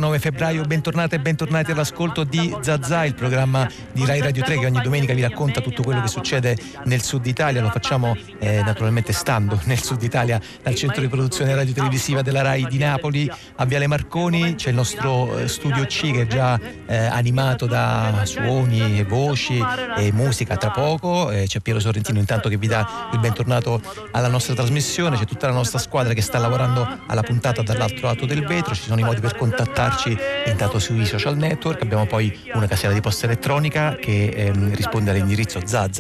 9 febbraio, bentornate e bentornati all'ascolto di Zazà, il programma di Rai Radio 3 che ogni domenica vi racconta tutto quello che succede nel sud Italia. Lo facciamo naturalmente stando nel sud Italia, dal centro di produzione radiotelevisiva della Rai di Napoli a Viale Marconi. C'è il nostro studio C che è già animato da suoni e voci e musica. Tra poco c'è Piero Sorrentino intanto che vi dà il bentornato alla nostra trasmissione. C'è tutta la nostra squadra che sta lavorando alla puntata dall'altro lato del vetro. Ci sono i modi per contattarci intanto sui social network. Abbiamo poi una casella di posta elettronica che risponde all'indirizzo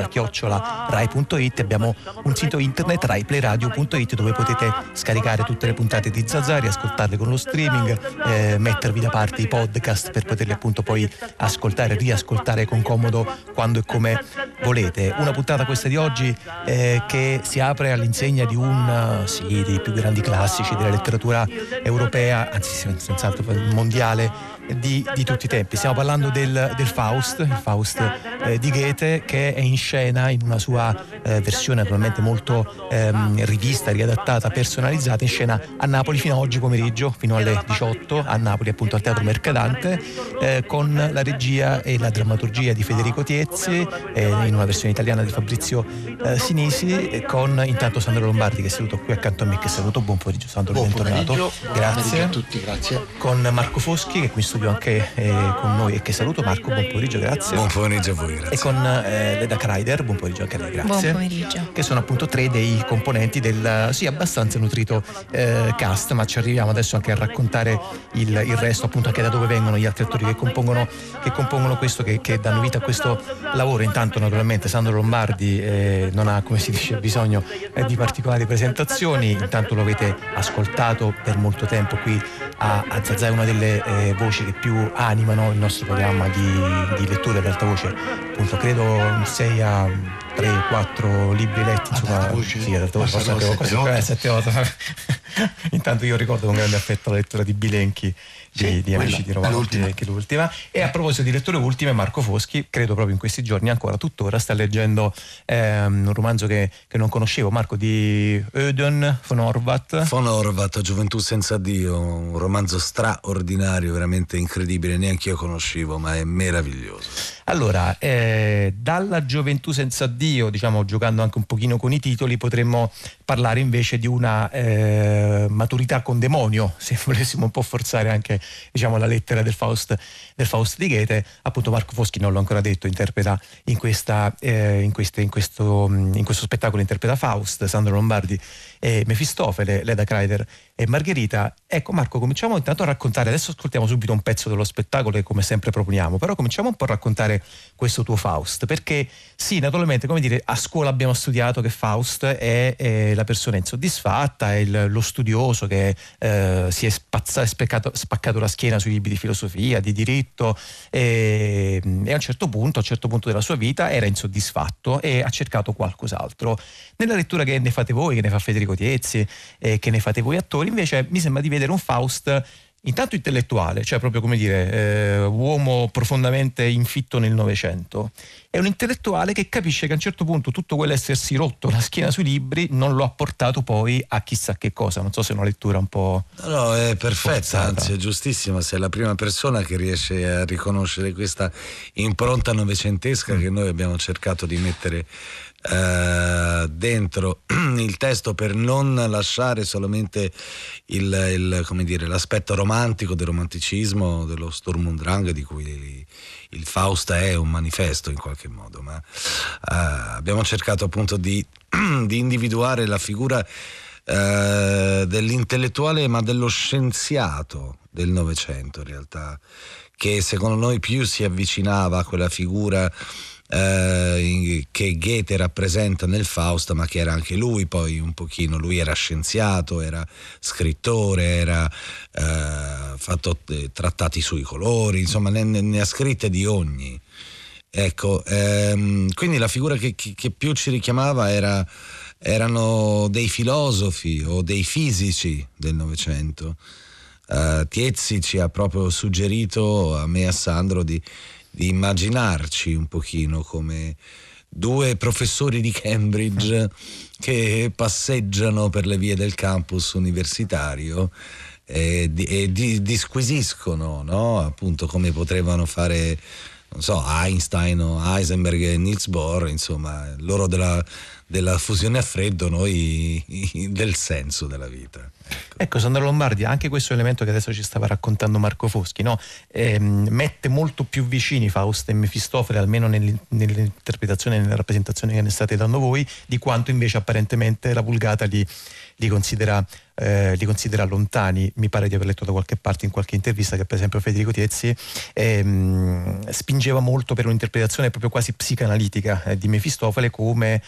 zazza@rai.it. Abbiamo un sito internet raiplayradio.it dove potete scaricare tutte le puntate di Zazà, riascoltarle con lo streaming, mettervi da parte i podcast per poterli appunto poi ascoltare e riascoltare con comodo quando e come volete. Una puntata questa di oggi che si apre all'insegna di dei più grandi classici della letteratura europea, anzi senz'altro mondiale, di tutti i tempi. Stiamo parlando del Faust, il Faust di Goethe, che è in scena in una sua versione naturalmente molto rivista, riadattata, personalizzata, in scena a Napoli fino a oggi pomeriggio, fino alle 18 a Napoli, appunto al Teatro Mercadante, con la regia e la drammaturgia di Federico Tiezzi, in una versione italiana di Fabrizio Sinisi, con intanto Sandro Lombardi che è seduto qui accanto a me. Che saluto, buon pomeriggio Sandro, bentornato. Grazie a tutti, grazie. Con Marco Foschi che è qui in studio anche con noi e che saluto. Marco, buon pomeriggio, grazie. Buon pomeriggio a voi, grazie. E con Leda Kreider, buon pomeriggio anche a lei, grazie. Buon pomeriggio. Che sono appunto tre dei componenti del abbastanza nutrito cast, ma ci arriviamo adesso anche a raccontare il resto, appunto anche da dove vengono gli altri attori che compongono questo, che danno vita a questo lavoro. Intanto naturalmente Sandro Lombardi non ha, come si dice, bisogno di particolari presentazioni. Intanto lo avete ascoltato per molto tempo qui a Zazà, è una delle voci che più animano il nostro programma di lettura ad alta voce, appunto credo 6 a 3-4 libri letti, insomma, sì, ad alta voce, forse 7-8. Intanto io ricordo con grande affetto la lettura di Bilenchi, di Amici di Roma, l'ultima. E a proposito di letture ultime, Marco Foschi, credo proprio in questi giorni, ancora tuttora, sta leggendo un romanzo che non conoscevo, Marco, di Ödön von Horvath, Gioventù senza Dio, un romanzo straordinario, veramente incredibile, neanche io conoscevo, ma è meraviglioso. Allora, dalla Gioventù senza Dio, diciamo, giocando anche un pochino con i titoli, potremmo parlare invece di una maturità con demonio, se volessimo un po' forzare anche, diciamo, la lettera del Faust di Goethe. Appunto Marco Foschi, non l'ho ancora detto, interpreta in questo spettacolo interpreta Faust, Sandro Lombardi e Mefistofele, Leda Kreider e Margherita. Ecco Marco, cominciamo intanto a raccontare, adesso ascoltiamo subito un pezzo dello spettacolo che come sempre proponiamo, però cominciamo un po' a raccontare questo tuo Faust, perché sì, naturalmente, come dire, a scuola abbiamo studiato che Faust è la persona insoddisfatta, è lo studioso che si è spaccato la schiena sui libri di filosofia, di diritto, e a un certo punto della sua vita era insoddisfatto e ha cercato qualcos'altro. Nella lettura che ne fate voi, che ne fa Federico Tiezzi, che ne fate voi attori, invece mi sembra di vedere un Faust intanto intellettuale, cioè proprio, come dire, uomo profondamente infitto nel Novecento. È un intellettuale che capisce che a un certo punto tutto quell'essersi rotto la schiena sui libri non lo ha portato poi a chissà che cosa. Non so se è una lettura un po'... No, è perfetta, forzata. Anzi è giustissima. Sei la prima persona che riesce a riconoscere questa impronta novecentesca che noi abbiamo cercato di mettere dentro il testo, per non lasciare solamente come dire, l'aspetto romantico del romanticismo, dello Sturm und Drang, di cui il Faust è un manifesto in qualche modo, ma abbiamo cercato appunto di individuare la figura dell'intellettuale, ma dello scienziato del Novecento, in realtà, che secondo noi più si avvicinava a quella figura che Goethe rappresenta nel Faust, ma che era anche lui poi un pochino. Lui era scienziato, era scrittore, era fatto trattati sui colori, insomma ne ha scritte di ogni. Ecco, quindi la figura che più ci richiamava erano dei filosofi o dei fisici del Novecento. Tiezzi ci ha proprio suggerito, a me e a Sandro, di immaginarci un pochino come due professori di Cambridge che passeggiano per le vie del campus universitario disquisiscono, no? Appunto, come potevano fare, non so, Einstein o Heisenberg e Niels Bohr, insomma, loro della fusione a freddo, noi del senso della vita. Ecco, Sandro Lombardi, anche questo elemento che adesso ci stava raccontando Marco Foschi, no? Mette molto più vicini Faust e Mefistofele, almeno nell'interpretazione e nella rappresentazione che ne state dando voi, di quanto invece apparentemente la Vulgata li considera lontani. Mi pare di aver letto da qualche parte, in qualche intervista, che per esempio Federico Tiezzi spingeva molto per un'interpretazione proprio quasi psicanalitica di Mefistofele come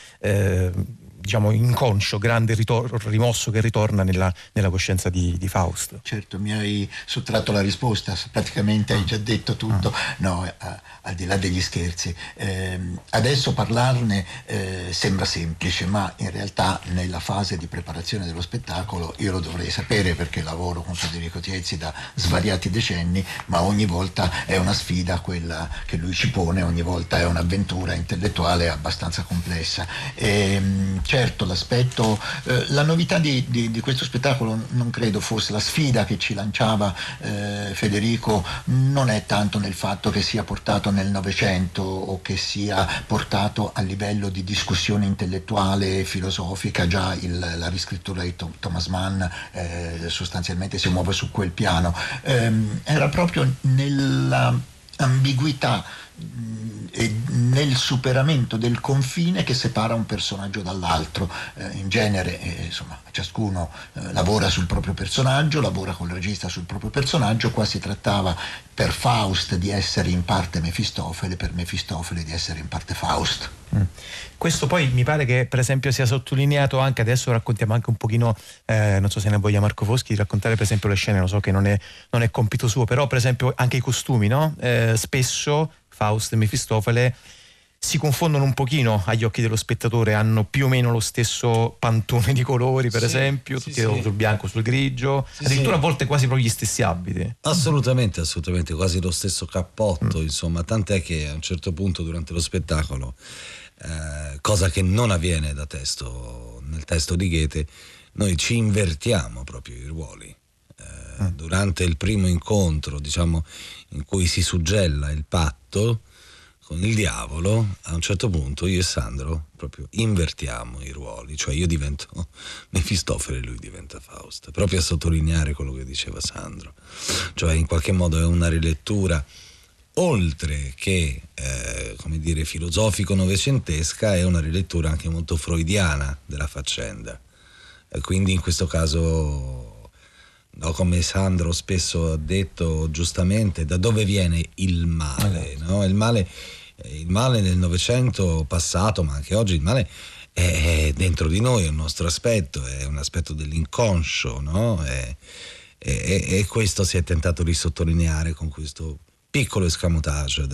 diciamo inconscio, grande rimosso che ritorna nella coscienza di Faust. Certo, mi hai sottratto la risposta, praticamente hai già detto tutto. No, al di là degli scherzi, adesso parlarne sembra semplice, ma in realtà nella fase di preparazione dello spettacolo io lo dovrei sapere, perché lavoro con Federico Tiezzi da svariati decenni, ma ogni volta è una sfida quella che lui ci pone, ogni volta è un'avventura intellettuale abbastanza complessa. Certo, l'aspetto, la novità di questo spettacolo non credo fosse la sfida che ci lanciava Federico, non è tanto nel fatto che sia portato nel Novecento o che sia portato a livello di discussione intellettuale e filosofica. Già la riscrittura di Thomas Mann sostanzialmente si muove su quel piano, era proprio nella ambiguità e nel superamento del confine che separa un personaggio dall'altro. In genere insomma, ciascuno lavora sul proprio personaggio, lavora col regista sul proprio personaggio. Qua si trattava per Faust di essere in parte Mefistofele, per Mefistofele di essere in parte Faust. Questo poi mi pare che per esempio sia sottolineato anche, adesso raccontiamo anche un pochino, non so se ne voglia Marco Foschi, di raccontare per esempio le scene, lo so che non è compito suo, però per esempio anche i costumi, no? Spesso Faust e Mefistofele si confondono un pochino agli occhi dello spettatore, hanno più o meno lo stesso pantone di colori, per esempio, tutti sul bianco, sul grigio, addirittura a volte quasi proprio gli stessi abiti. Assolutamente, quasi lo stesso cappotto, insomma, tant'è che a un certo punto durante lo spettacolo, cosa che non avviene nel testo di Goethe, noi ci invertiamo proprio i ruoli. Durante il primo incontro, diciamo, in cui si suggella il patto con il diavolo, a un certo punto io e Sandro proprio invertiamo i ruoli, cioè io divento Mefistofele e lui diventa Faust, proprio a sottolineare quello che diceva Sandro, cioè in qualche modo è una rilettura oltre che come dire filosofico-novecentesca, è una rilettura anche molto freudiana della faccenda, quindi in questo caso, no, come Sandro spesso ha detto giustamente, da dove viene il male, no? Il male nel Novecento passato, ma anche oggi il male è dentro di noi, è un nostro aspetto, è un aspetto dell'inconscio, no? E questo si è tentato di sottolineare con questo piccolo escamotage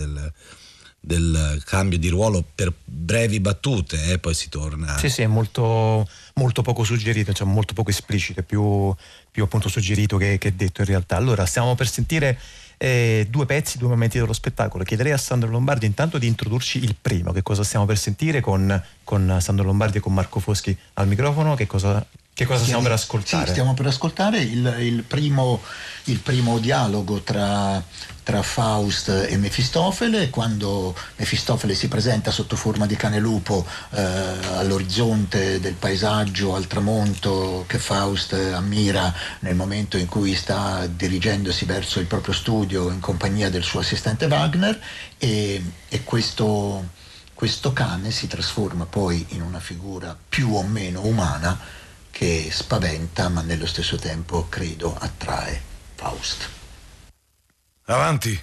del cambio di ruolo per brevi battute, e poi si torna. Sì, è molto, molto poco suggerito, cioè molto poco esplicito, più appunto suggerito che detto in realtà. Allora, stiamo per sentire due pezzi, due momenti dello spettacolo. Chiederei a Sandro Lombardi intanto di introdurci il primo, che cosa stiamo per sentire con Sandro Lombardi e con Marco Foschi al microfono, che cosa stiamo per ascoltare? Sì, stiamo per ascoltare il primo dialogo tra Faust e Mefistofele, quando Mefistofele si presenta sotto forma di cane lupo all'orizzonte del paesaggio al tramonto che Faust ammira nel momento in cui sta dirigendosi verso il proprio studio in compagnia del suo assistente Wagner, e questo cane si trasforma poi in una figura più o meno umana che spaventa, ma nello stesso tempo, credo, attrae Faust. Avanti.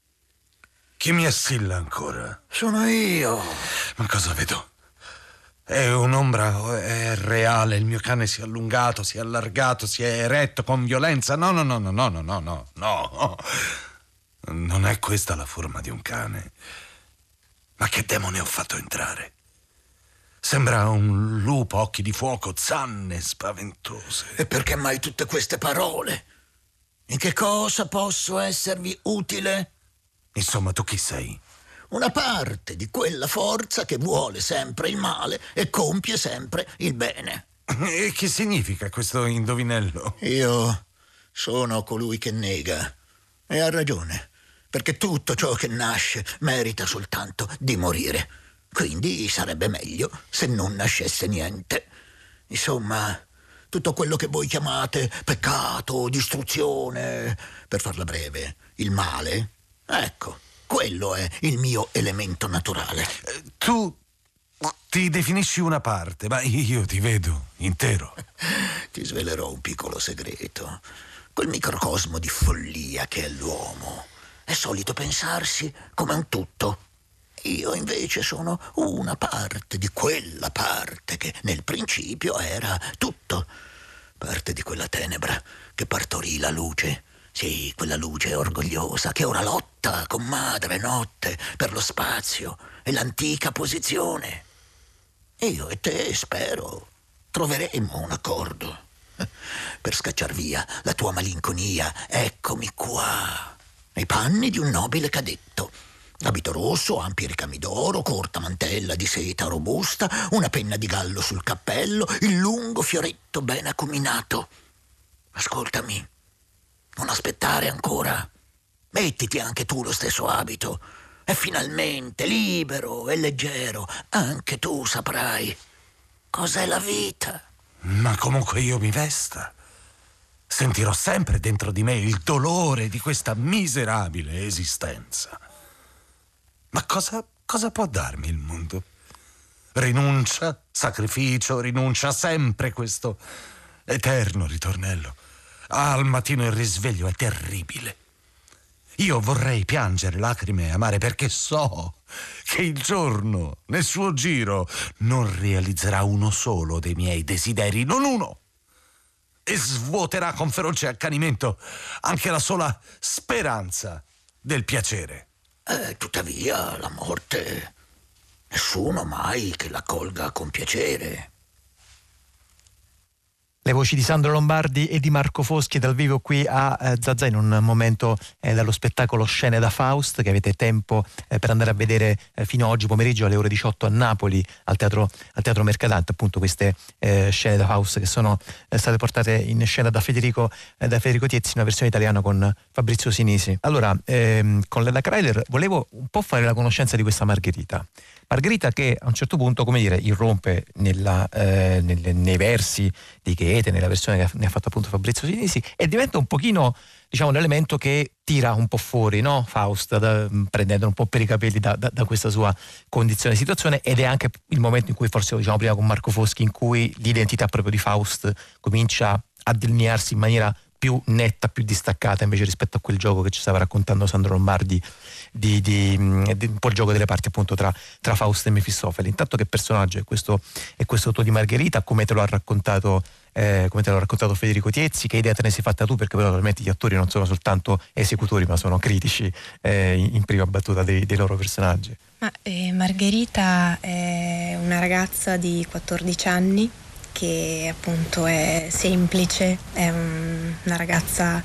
Chi mi assilla ancora? Sono io. Ma cosa vedo? È un'ombra o è reale? Il mio cane si è allungato, si è allargato, si è eretto con violenza? No. Non è questa la forma di un cane. Ma che demone ho fatto entrare? Sembra un lupo, occhi di fuoco, zanne spaventose. E perché mai tutte queste parole? In che cosa posso esservi utile? Insomma, tu chi sei? Una parte di quella forza che vuole sempre il male e compie sempre il bene. E che significa questo indovinello? Io sono colui che nega. E ha ragione, perché tutto ciò che nasce merita soltanto di morire. Quindi sarebbe meglio se non nascesse niente. Insomma, tutto quello che voi chiamate peccato, distruzione, per farla breve, il male, ecco, quello è il mio elemento naturale. Tu ti definisci una parte, ma io ti vedo intero. Ti svelerò un piccolo segreto. Quel microcosmo di follia che è l'uomo è solito pensarsi come un tutto. Io invece sono una parte di quella parte che nel principio era tutto. Parte di quella tenebra che partorì la luce. Sì, quella luce orgogliosa che ora lotta con madre notte per lo spazio e l'antica posizione. Io e te, spero, troveremo un accordo. Per scacciar via la tua malinconia, eccomi qua, nei panni di un nobile cadetto. Abito rosso, ampi ricami d'oro, corta mantella di seta robusta, una penna di gallo sul cappello, il lungo fioretto ben acuminato. Ascoltami, non aspettare ancora. Mettiti anche tu lo stesso abito e finalmente, libero e leggero, anche tu saprai cos'è la vita. Ma comunque io mi vesta, sentirò sempre dentro di me il dolore di questa miserabile esistenza. Ma cosa può darmi il mondo? Rinuncia, sacrificio, rinuncia, sempre questo eterno ritornello. Al mattino il risveglio è terribile. Io vorrei piangere lacrime amare perché so che il giorno nel suo giro non realizzerà uno solo dei miei desideri, non uno, e svuoterà con feroce accanimento anche la sola speranza del piacere. Tuttavia la morte nessuno mai che la colga con piacere. Le voci di Sandro Lombardi e di Marco Foschi dal vivo qui a Zazà in un momento dallo spettacolo Scene da Faust, che avete tempo per andare a vedere fino a oggi pomeriggio alle ore 18 a Napoli al Teatro Mercadante, appunto queste Scene da Faust che sono state portate in scena da Federico Tiezzi in una versione italiana con Fabrizio Sinisi. Allora, con Lella Crailer volevo un po' fare la conoscenza di questa Margherita che a un certo punto, come dire, irrompe nei versi di Goethe, nella versione che ne ha fatto appunto Fabrizio Sinisi, e diventa un pochino, diciamo, l'elemento che tira un po' fuori, no? Faust, prendendo un po' per i capelli da questa sua condizione e situazione, ed è anche il momento in cui, forse lo diciamo prima con Marco Foschi, in cui l'identità proprio di Faust comincia a delinearsi in maniera più netta, più distaccata invece rispetto a quel gioco che ci stava raccontando Sandro Lombardi di un po' il gioco delle parti appunto tra Faust e Mefistofele. Intanto, che personaggio è questo tuo di Margherita? Come te lo ha raccontato Federico Tiezzi? Che idea te ne sei fatta tu? Perché però naturalmente gli attori non sono soltanto esecutori, ma sono critici in prima battuta dei loro personaggi. Margherita è una ragazza di 14 anni che appunto è semplice, è una ragazza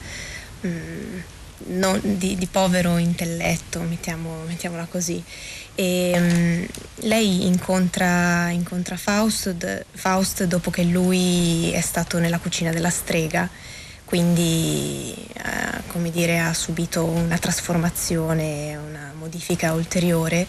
non di povero intelletto, mettiamola così, e lei incontra Faust dopo che lui è stato nella cucina della strega, quindi come dire, ha subito una trasformazione, una modifica ulteriore,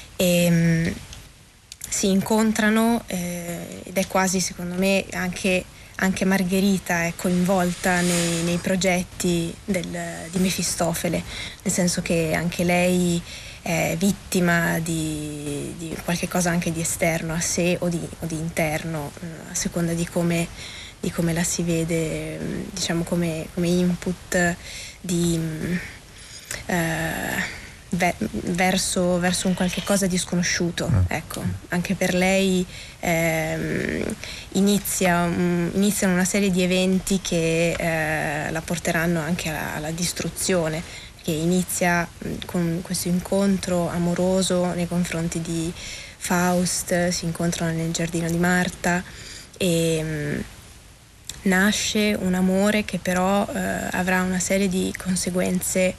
e si incontrano ed è quasi, secondo me, anche Margherita è coinvolta nei progetti di Mefistofele, nel senso che anche lei è vittima di qualche cosa anche di esterno a sé o di interno, a seconda di come la si vede, diciamo come input verso un qualche cosa di sconosciuto. Ecco, anche per lei iniziano una serie di eventi che la porteranno anche alla distruzione, che inizia con questo incontro amoroso nei confronti di Faust. Si incontrano nel giardino di Marta e nasce un amore che però avrà una serie di conseguenze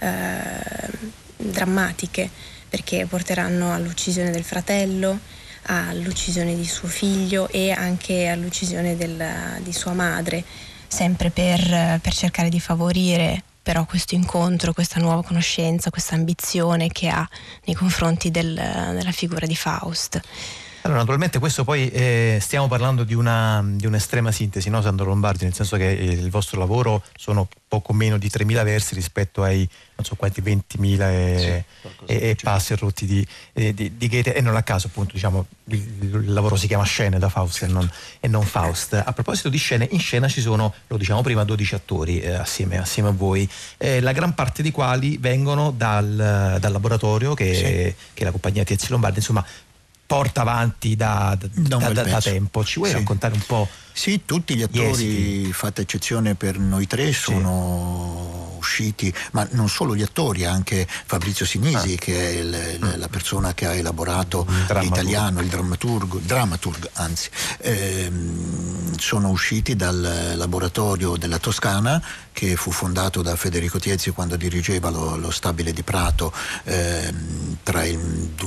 drammatiche, perché porteranno all'uccisione del fratello, all'uccisione di suo figlio e anche all'uccisione di sua madre, sempre per cercare di favorire però questo incontro, questa nuova conoscenza, questa ambizione che ha nei confronti della figura di Faust. Allora, naturalmente questo poi stiamo parlando di un'estrema sintesi, no, Sandro Lombardi, nel senso che il vostro lavoro sono poco meno di 3.000 versi rispetto ai non so quanti 20.000 e passi rotti di Goethe, e non a caso appunto diciamo il lavoro si chiama Scene da Faust e non Faust. A proposito di scene, in scena ci sono, lo diciamo prima, 12 attori assieme a voi, la gran parte di quali vengono dal laboratorio che la compagnia Tiezzi Lombardi insomma porta avanti da tempo. Ci vuoi raccontare un po'? Sì, tutti gli attori, fatta eccezione per noi tre, sono usciti, ma non solo gli attori, anche Fabrizio Sinisi, che è la persona che ha elaborato l'italiano, il dramaturg, anzi, sono usciti dal laboratorio della Toscana, che fu fondato da Federico Tiezzi quando dirigeva lo stabile di Prato tra il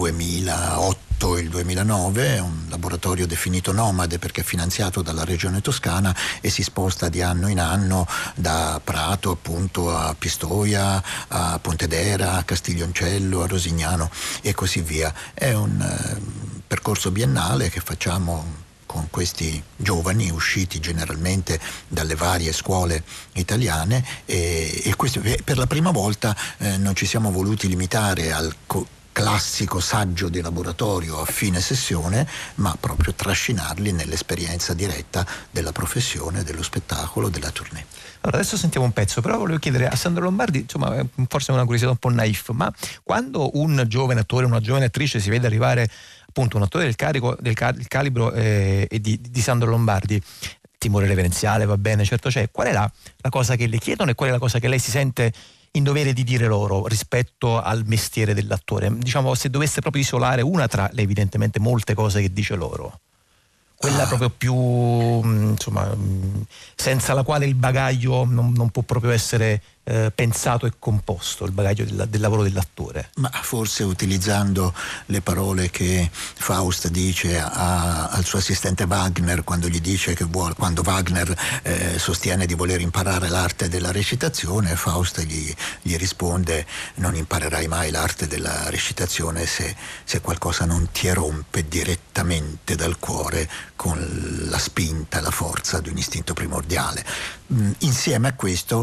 2008 e il 2009. È un laboratorio definito nomade perché è finanziato dalla regione toscana e si sposta di anno in anno da Prato appunto a Pistoia, a Pontedera, a Castiglioncello, a Rosignano e così via. È un percorso biennale che facciamo con questi giovani usciti generalmente dalle varie scuole italiane e questo, per la prima volta non ci siamo voluti limitare al classico saggio di laboratorio a fine sessione, ma proprio trascinarli nell'esperienza diretta della professione, dello spettacolo, della tournée. Allora, adesso sentiamo un pezzo, però volevo chiedere a Sandro Lombardi, insomma, forse è una curiosità un po' naif, ma quando un giovane attore, una giovane attrice si vede arrivare appunto un attore del calibro di Sandro Lombardi, timore reverenziale, va bene, certo c'è, qual è la cosa che le chiedono e qual è la cosa che lei si sente in dovere di dire loro rispetto al mestiere dell'attore? Diciamo, se dovesse proprio isolare una tra le evidentemente molte cose che dice loro, quella proprio più insomma senza la quale il bagaglio non può proprio essere pensato e composto, il bagaglio del lavoro dell'attore. Ma forse utilizzando le parole che Faust dice al suo assistente Wagner quando gli dice quando Wagner sostiene di voler imparare l'arte della recitazione, Faust gli risponde: non imparerai mai l'arte della recitazione se qualcosa non ti erompe direttamente dal cuore con la spinta, la forza di un istinto primordiale. Insieme a questo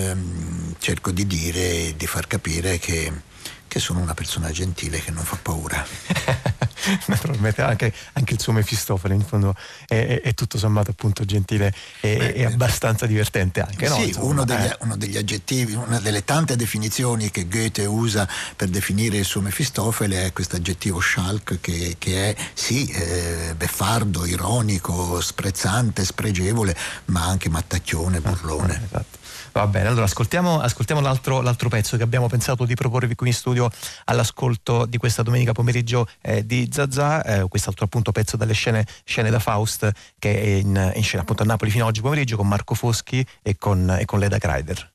cerco di dire, di far capire che sono una persona gentile che non fa paura. Naturalmente anche il suo Mefistofele in fondo è tutto sommato appunto gentile e abbastanza divertente anche, no? Sì, insomma, uno degli aggettivi, una delle tante definizioni che Goethe usa per definire il suo Mefistofele è questo aggettivo Schalk che è sì beffardo, ironico, sprezzante, spregevole, ma anche mattacchione, burlone. Esatto. Va bene, allora ascoltiamo l'altro pezzo che abbiamo pensato di proporvi qui in studio all'ascolto di questa domenica pomeriggio di Zazà, quest'altro appunto pezzo dalle scene da Faust, che è in scena appunto a Napoli fino a oggi pomeriggio con Marco Foschi e con Leda Kreider.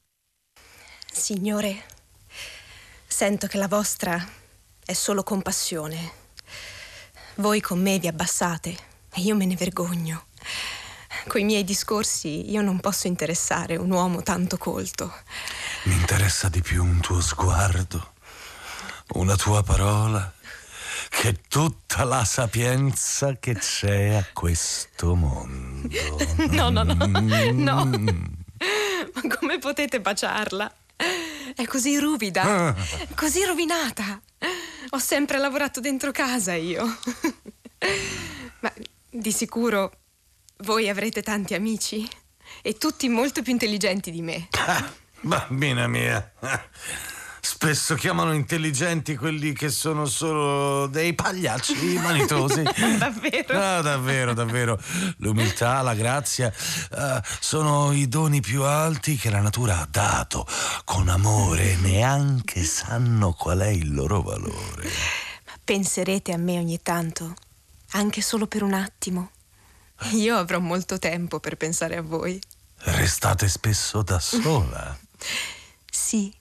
Signore, sento che la vostra è solo compassione. Voi con me vi abbassate e io me ne vergogno. Coi miei discorsi io non posso interessare un uomo tanto colto. Mi interessa di più un tuo sguardo, una tua parola, che tutta la sapienza che c'è a questo mondo. No. Ma come potete baciarla? È così ruvida, così rovinata. Ho sempre lavorato dentro casa io. Ma di sicuro voi avrete tanti amici e tutti molto più intelligenti di me. Bambina mia, spesso chiamano intelligenti quelli che sono solo dei pagliacci vanitosi. Davvero? No, davvero. L'umiltà, la grazia sono i doni più alti che la natura ha dato con amore, neanche sanno qual è il loro valore. Ma penserete a me ogni tanto, anche solo per un attimo? Io avrò molto tempo per pensare a voi. Restate spesso da sola? Sì.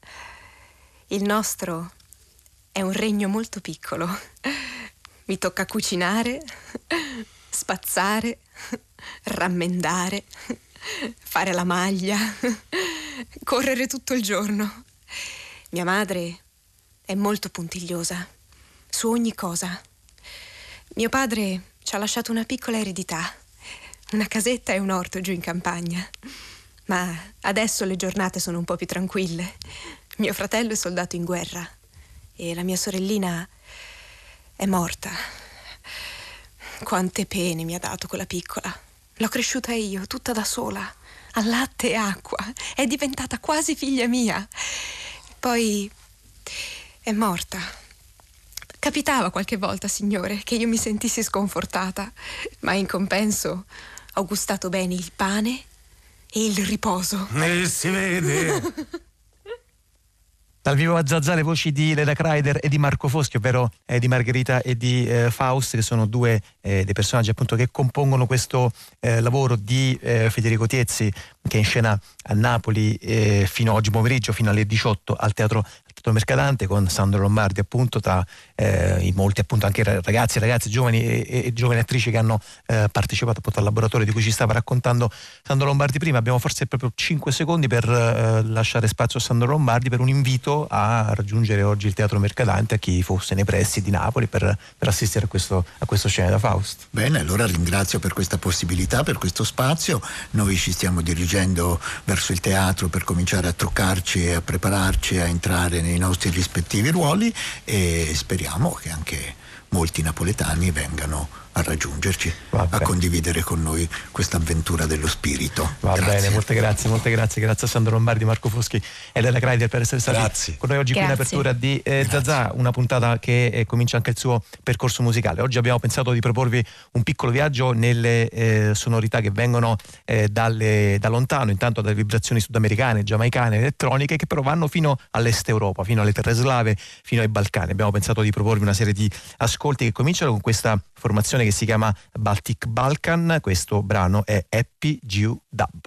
Il nostro è un regno molto piccolo. Mi tocca cucinare, spazzare, rammendare, fare la maglia, correre tutto il giorno. Mia madre è molto puntigliosa su ogni cosa. Mio padre ci ha lasciato una piccola eredità, una casetta e un orto giù in campagna. Ma adesso le giornate sono un po' più tranquille. Mio fratello è soldato in guerra e la mia sorellina è morta. Quante pene mi ha dato quella piccola. L'ho cresciuta io, tutta da sola, a latte e acqua. È diventata quasi figlia mia. Poi è morta. Capitava qualche volta, signore, che io mi sentissi sconfortata, ma in compenso ho gustato bene il pane e il riposo. Si vede. Dal vivo a Zazà le voci di Leda Kreider e di Marco Foschi, ovvero di Margherita e di Faust, che sono due dei personaggi appunto che compongono questo lavoro di Federico Tiezzi, che è in scena a Napoli fino oggi pomeriggio, fino alle 18 al Teatro Mercadante, con Sandro Lombardi appunto, tra i molti appunto anche ragazzi e ragazze, giovani e giovani attrici che hanno partecipato appunto al laboratorio di cui ci stava raccontando Sandro Lombardi prima. Abbiamo forse proprio 5 secondi per lasciare spazio a Sandro Lombardi per un invito a raggiungere oggi il Teatro Mercadante a chi fosse nei pressi di Napoli per assistere a questo scena da Faust. Bene, allora ringrazio per questa possibilità, per questo spazio. Noi ci stiamo dirigendo verso il teatro per cominciare a truccarci e a prepararci a entrare nei nostri rispettivi ruoli, e speriamo che anche molti napoletani vengano a raggiungerci, a condividere con noi questa avventura dello spirito. Va bene, molte grazie a Sandro Lombardi, Marco Foschi e Leda Kreider per essere stati con noi oggi qui in apertura di Zazà, una puntata che comincia anche il suo percorso musicale. Oggi abbiamo pensato di proporvi un piccolo viaggio nelle sonorità che vengono da lontano, intanto dalle vibrazioni sudamericane, giamaicane, elettroniche, che però vanno fino all'est Europa, fino alle terre slave, fino ai Balcani. Abbiamo pensato di proporvi una serie di ascolti che cominciano con questa formazione che si chiama Baltic Balkan. Questo brano è Happy Jew Dub.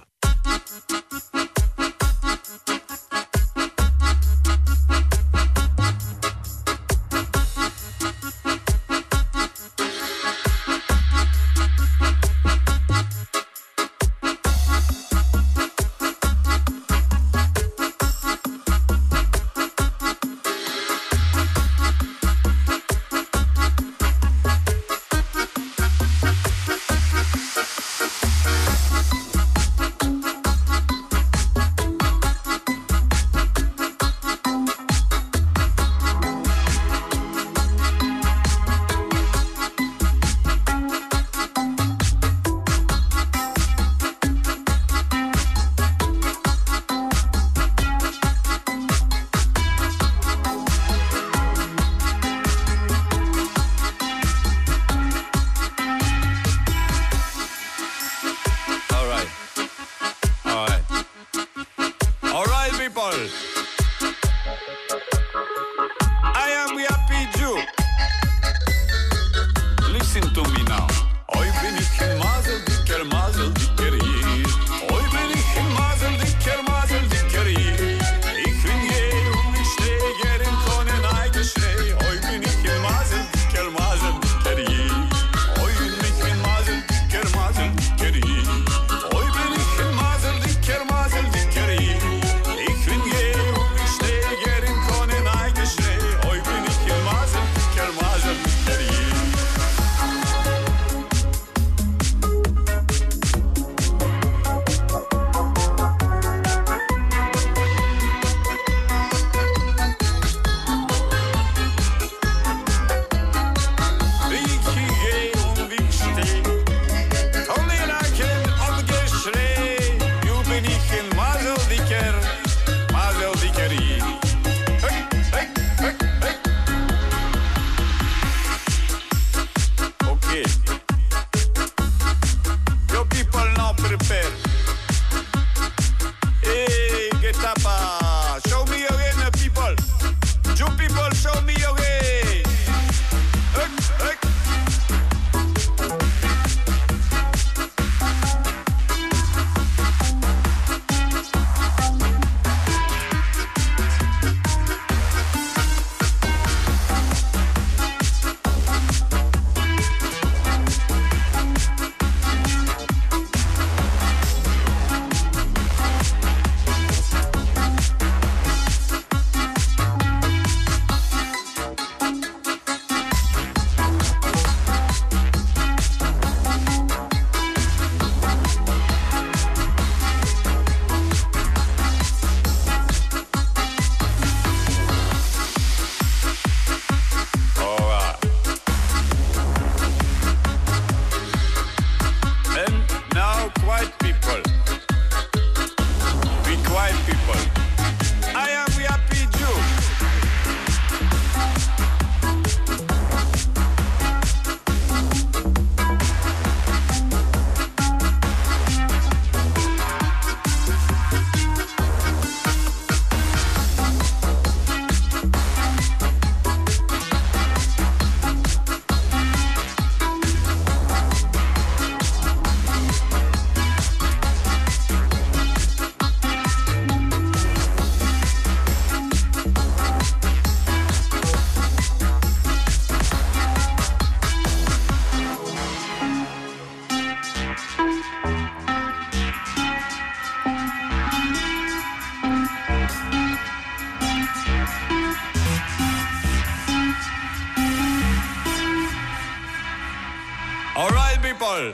people.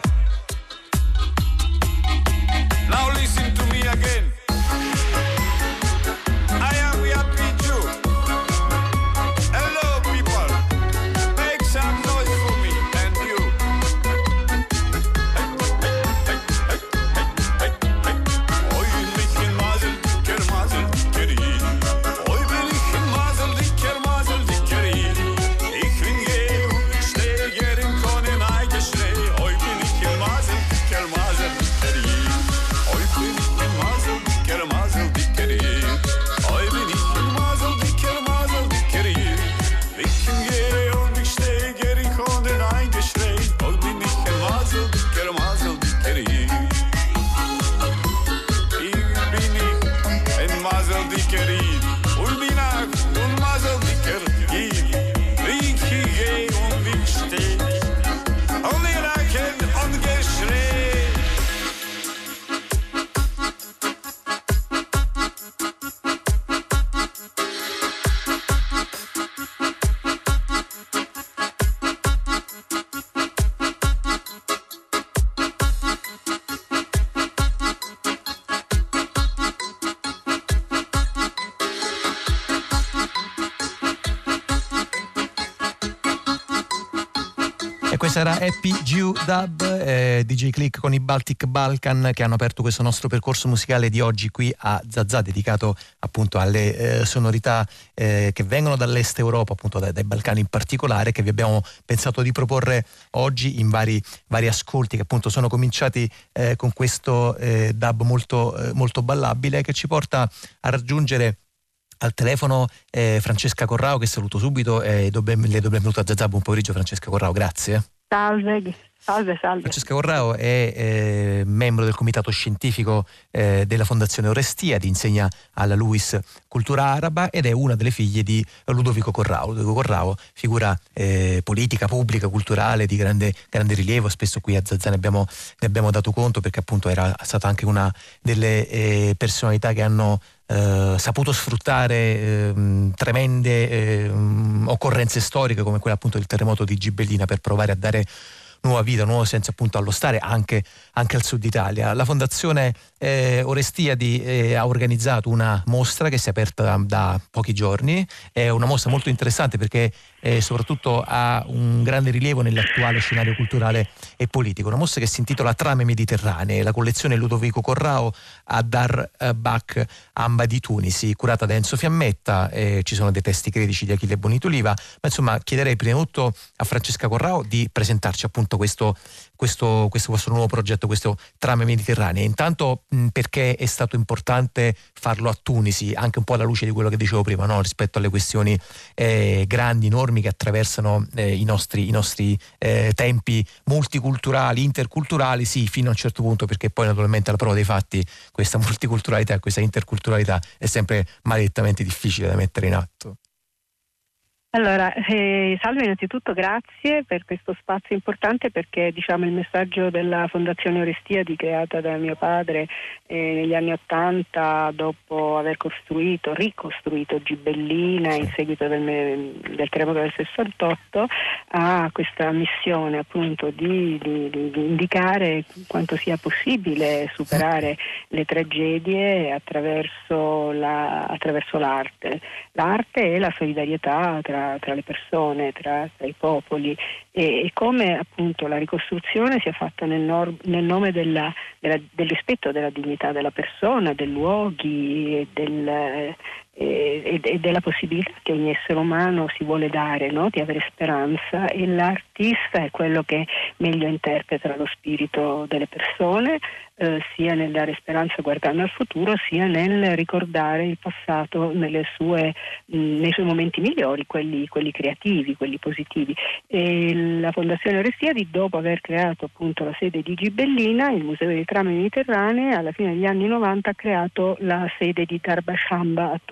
Now listen to me again. I am Happy Jew. Hello people. Make some noise for me and you. Oi mich in Masel, dicker Masel, Oi bin ich in Masel, dicker Ich bin Steger in Konen Eigeschrei. Oi bin ich in Masel, dicker Oi bin ich in Masel, dicker Oi bin ich in Masel, dicker Ich bin und ich Steger in Konen Eigeschrei. Oi bin ich in Masel, dicker Ich bin ich in Masel, dicker Und bin ich und Masel, dicker Ich gehe und ich stehe und ich raken und geschrei. E questa era Happy Jew Dub, DJ Click con i Baltic Balkan, che hanno aperto questo nostro percorso musicale di oggi qui a Zazà, dedicato appunto alle sonorità che vengono dall'est Europa, appunto dai Balcani in particolare, che vi abbiamo pensato di proporre oggi in vari ascolti, che appunto sono cominciati con questo dub molto ballabile, che ci porta a raggiungere al telefono Francesca Corrao, che saluto subito. Le do benvenuto a Zazà. Buon pomeriggio Francesca Corrao, grazie. Salve. Francesca Corrao è membro del comitato scientifico della Fondazione Orestiadi, insegna alla LUISS Cultura Araba ed è una delle figlie di Ludovico Corrao. Ludovico Corrao, figura politica, pubblica, culturale di grande rilievo. Spesso qui a Zazà ne abbiamo dato conto, perché appunto era stata anche una delle personalità che hanno saputo sfruttare tremende occorrenze storiche come quella appunto del terremoto di Gibellina per provare a dare nuova vita, nuovo senso appunto allo stare anche al sud Italia. La Fondazione Orestiadi ha organizzato una mostra che si è aperta da pochi giorni. È una mostra molto interessante perché soprattutto ha un grande rilievo nell'attuale scenario culturale e politico. Una mostra che si intitola Trame Mediterranee, la collezione Ludovico Corrao a Dar Bak Amba di Tunisi, curata da Enzo Fiammetta. Ci sono dei testi critici di Achille Bonito Oliva, ma insomma chiederei prima di tutto a Francesca Corrao di presentarci appunto questo vostro nuovo progetto, questo Trame Mediterranee. Intanto perché è stato importante farlo a Tunisi, anche un po' alla luce di quello che dicevo prima, no? Rispetto alle questioni grandi, enormi che attraversano i nostri tempi multiculturali, interculturali, sì, fino a un certo punto, perché poi naturalmente alla prova dei fatti questa multiculturalità, questa interculturalità è sempre maledettamente difficile da mettere in atto. Allora, salve, innanzitutto grazie per questo spazio importante, perché diciamo il messaggio della Fondazione Orestiadi, creata da mio padre negli anni '80, dopo aver ricostruito Gibellina in seguito del terremoto del 68, ha questa missione appunto di indicare quanto sia possibile superare le tragedie attraverso l'arte. L'arte e la solidarietà tra le persone, tra i popoli, e come appunto la ricostruzione sia fatta nel nome del rispetto della dignità della persona, dei luoghi e della possibilità che ogni essere umano si vuole dare, no? Di avere speranza, e l'artista è quello che meglio interpreta lo spirito delle persone, sia nel dare speranza guardando al futuro, sia nel ricordare il passato nei suoi momenti migliori, quelli creativi, quelli positivi. E la Fondazione Orestiadi, dopo aver creato appunto la sede di Gibellina, il Museo dei Trame Mediterranee, alla fine degli anni '90 ha creato la sede di Dar Bak Amba a Tunisi,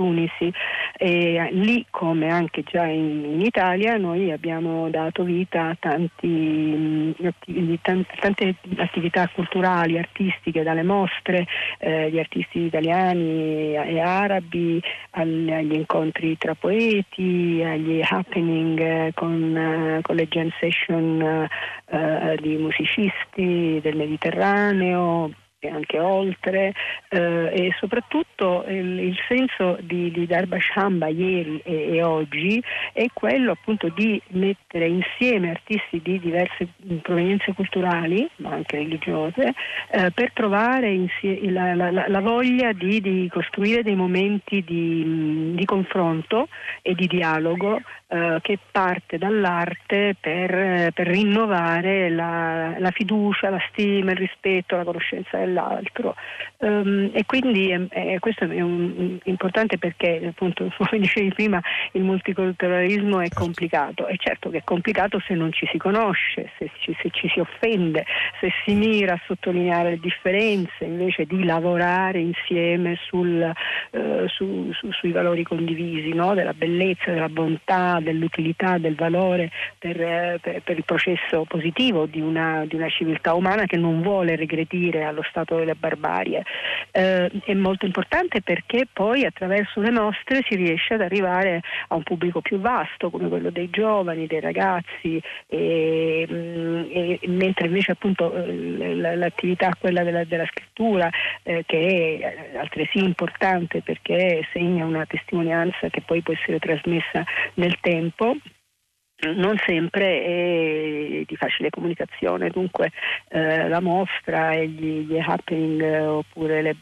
Tunisi, e lì, come anche già in Italia, noi abbiamo dato vita a tante attività culturali, artistiche, dalle mostre di artisti italiani e arabi agli incontri tra poeti, agli happening con le jam session di musicisti del Mediterraneo e anche oltre, e soprattutto il senso di Darba-Shamba ieri e oggi è quello appunto di mettere insieme artisti di diverse provenienze culturali ma anche religiose, per trovare la voglia di costruire dei momenti di confronto e di dialogo, che parte dall'arte per rinnovare la fiducia, la stima, il rispetto, la conoscenza dell'altro, e quindi questo è importante, perché appunto, come dicevi prima, il multiculturalismo è complicato, è certo che è complicato se non ci si conosce, se ci si offende, se si mira a sottolineare le differenze invece di lavorare insieme sui valori condivisi, no? Della bellezza, della bontà, dell'utilità, del valore per il processo positivo di una civiltà umana che non vuole regredire allo stato della barbarie. È molto importante perché poi attraverso le mostre si riesce ad arrivare a un pubblico più vasto, come quello dei giovani, dei ragazzi, mentre invece appunto l'attività, quella della scrittura, che è altresì importante perché segna una testimonianza che poi può essere trasmessa nel tempo, non sempre è di facile comunicazione. Dunque la mostra e gli happening, oppure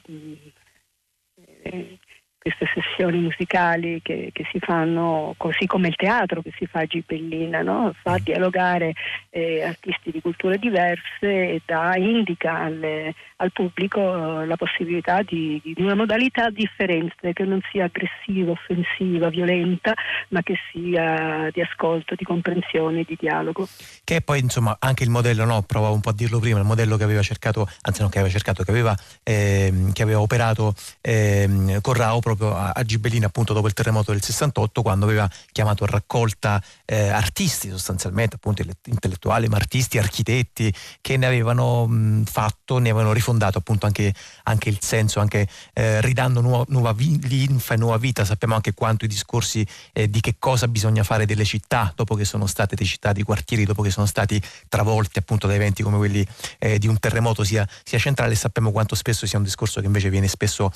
queste sessioni musicali che si fanno, così come il teatro che si fa a Gibellina, no? Fa dialogare artisti di culture diverse e indica al pubblico la possibilità di una modalità differente, che non sia aggressiva, offensiva, violenta, ma che sia di ascolto, di comprensione, di dialogo. Che è poi insomma anche il modello, no? Provavo un po' a dirlo prima, il modello che aveva cercato, anzi non che aveva cercato, che aveva operato Corrao proprio a Gibellina, appunto dopo il terremoto del 68, quando aveva chiamato a raccolta artisti, sostanzialmente appunto intellettuali, ma artisti, architetti, che ne avevano fatto, ne avevano rifondato appunto anche il senso, anche ridando nuova linfa e nuova vita. Sappiamo anche quanto i discorsi di che cosa bisogna fare delle città dopo che sono state, dei città, di quartieri dopo che sono stati travolti appunto da eventi come quelli di un terremoto sia centrale. Sappiamo quanto spesso sia un discorso che invece viene spesso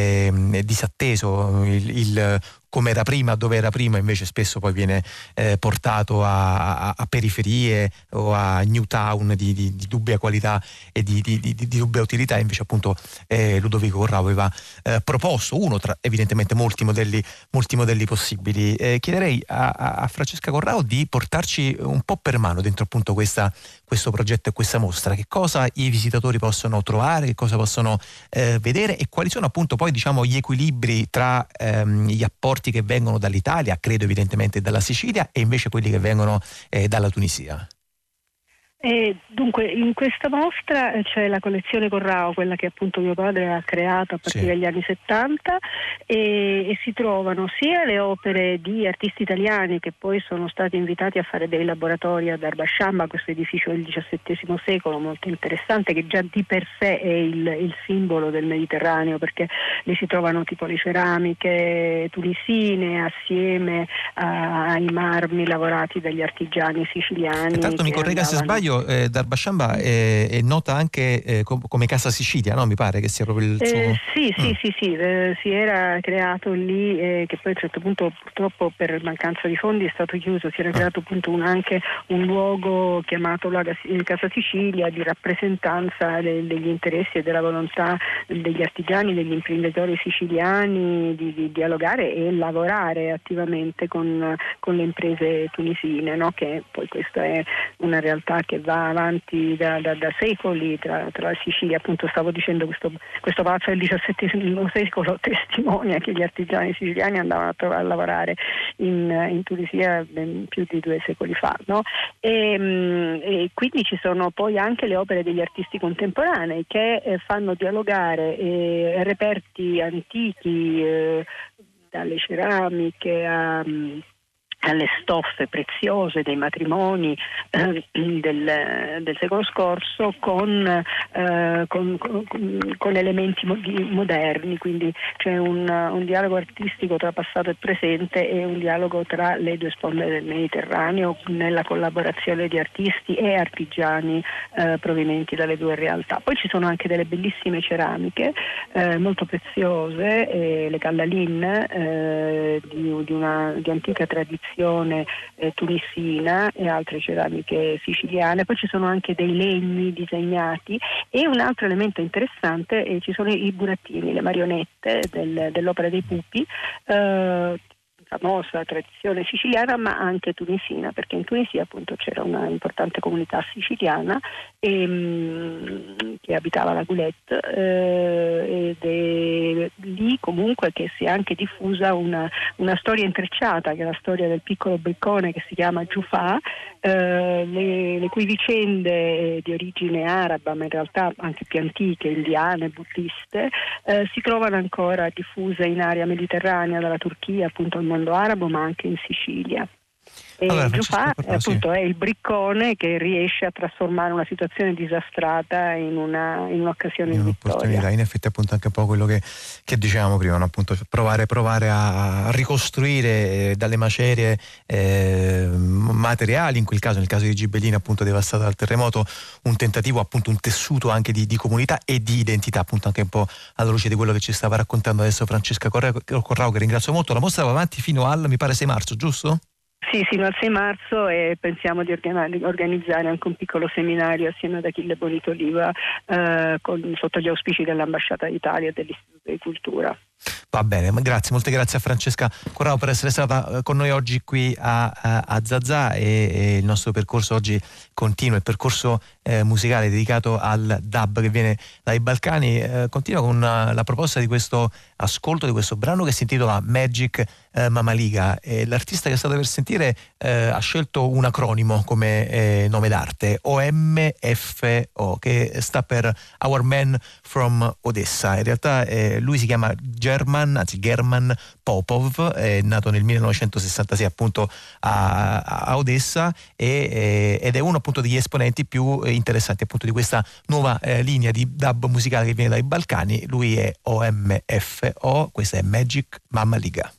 disatteso, il come era prima, dove era prima, invece spesso poi viene portato a periferie o a new town di dubbia qualità e di dubbia utilità. Invece appunto Ludovico Corrao aveva proposto uno tra evidentemente molti modelli possibili. Chiederei a Francesca Corrao di portarci un po' per mano dentro appunto questo progetto e questa mostra, che cosa i visitatori possono trovare, che cosa possono vedere, e quali sono appunto poi diciamo gli equilibri tra gli apporti che vengono dall'Italia, credo evidentemente dalla Sicilia, e invece quelli che vengono dalla Tunisia. Dunque in questa mostra c'è la collezione Corrao, quella che appunto mio padre ha creato a partire dagli anni 70, e si trovano sia le opere di artisti italiani che poi sono stati invitati a fare dei laboratori a Darba-Shamba, questo edificio del XVII secolo molto interessante, che già di per sé è il simbolo del Mediterraneo, perché lì si trovano tipo le ceramiche tunisine assieme ai marmi lavorati dagli artigiani siciliani. E tanto mi corregga se sbaglio, Darba-Shamba è nota anche come Casa Sicilia, no? Mi pare che sia proprio il suo... Sì, si era creato lì, che poi a un certo punto purtroppo per mancanza di fondi è stato chiuso. Si era creato appunto anche un luogo chiamato Casa Sicilia, di rappresentanza degli interessi e della volontà degli artigiani, degli imprenditori siciliani di dialogare e lavorare attivamente con le imprese tunisine, no? Che poi questa è una realtà che va avanti da secoli tra la Sicilia. Appunto stavo dicendo, questo palazzo del XVII secolo testimonia che gli artigiani siciliani andavano a lavorare in Tunisia ben più di 2 secoli fa, no? E quindi ci sono poi anche le opere degli artisti contemporanei che fanno dialogare reperti antichi dalle ceramiche alle stoffe preziose dei matrimoni del secolo scorso con elementi moderni, quindi c'è un dialogo artistico tra passato e presente e un dialogo tra le due sponde del Mediterraneo nella collaborazione di artisti e artigiani provenienti dalle due realtà. Poi ci sono anche delle bellissime ceramiche molto preziose, le Callaline di antica tradizione tunisina e altre ceramiche siciliane. Poi ci sono anche dei legni disegnati e un altro elemento interessante, ci sono i burattini, le marionette dell'opera dei Pupi, famosa tradizione siciliana ma anche tunisina, perché in Tunisia appunto c'era una importante comunità siciliana che abitava la Goulette, ed è lì comunque che si è anche diffusa una storia intrecciata, che è la storia del piccolo briccone che si chiama Giufà, le cui vicende di origine araba, ma in realtà anche più antiche, indiane, buddiste, si trovano ancora diffuse in area mediterranea, dalla Turchia appunto al mondo arabo, ma anche in Sicilia. E allora, Giufà appunto è il briccone che riesce a trasformare una situazione disastrata in un'occasione di vittoria. In effetti appunto anche un po' quello che dicevamo prima, no? Appunto provare a ricostruire dalle macerie materiali, in quel caso, nel caso di Gibellina appunto devastata dal terremoto, un tentativo, appunto un tessuto anche di comunità e di identità, appunto anche un po' alla luce di quello che ci stava raccontando adesso Francesca Corrao, che ringrazio molto. La mostra va avanti fino al, mi pare, 6 marzo, giusto? Sì, fino al 6 marzo, e pensiamo di organizzare anche un piccolo seminario assieme ad Achille Bonito Oliva sotto gli auspici dell'Ambasciata d'Italia e dell'Istituto di Cultura. Va bene, grazie, molte grazie a Francesca Corrao per essere stata con noi oggi qui a Zazà, e il nostro percorso oggi continua, il percorso musicale dedicato al dub che viene dai Balcani, continua con la proposta di questo ascolto, di questo brano che si intitola Magic Mamma Liga. L'artista che state per sentire ha scelto un acronimo come nome d'arte, OMFO, che sta per Our Man from Odessa. In realtà lui si chiama German Popov, è nato nel 1966 appunto a Odessa, ed è uno appunto degli esponenti più interessanti appunto di questa nuova linea di dub musicale che viene dai Balcani. Lui è OMFO, questa è Magic Mamma Liga.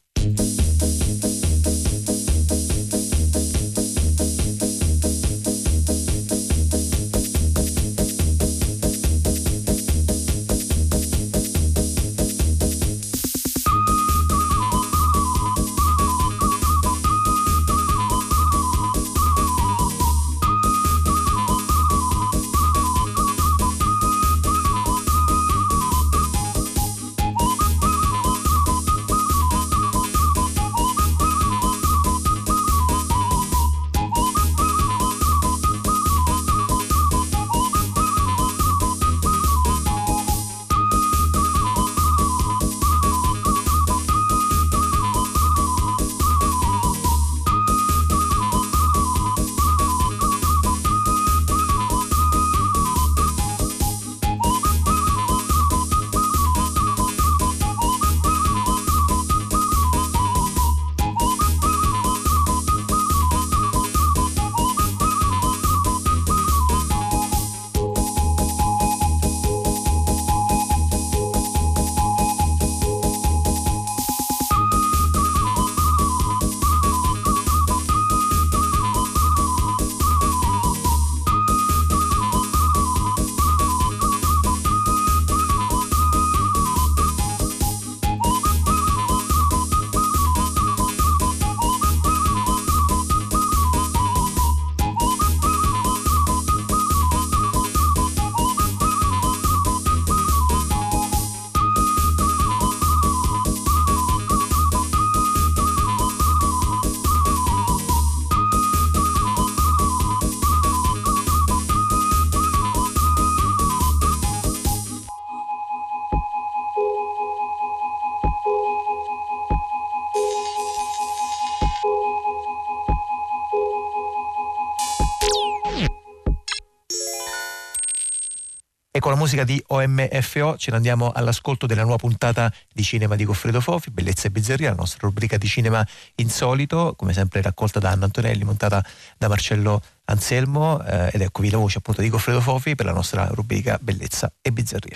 con la musica di OMFO ce ne andiamo all'ascolto della nuova puntata di cinema di Goffredo Fofi, Bellezza e Bizzarria, la nostra rubrica di cinema insolito, come sempre raccolta da Anna Antonelli, montata da Marcello Anselmo, ed eccovi la voce appunto di Goffredo Fofi per la nostra rubrica Bellezza e Bizzarria.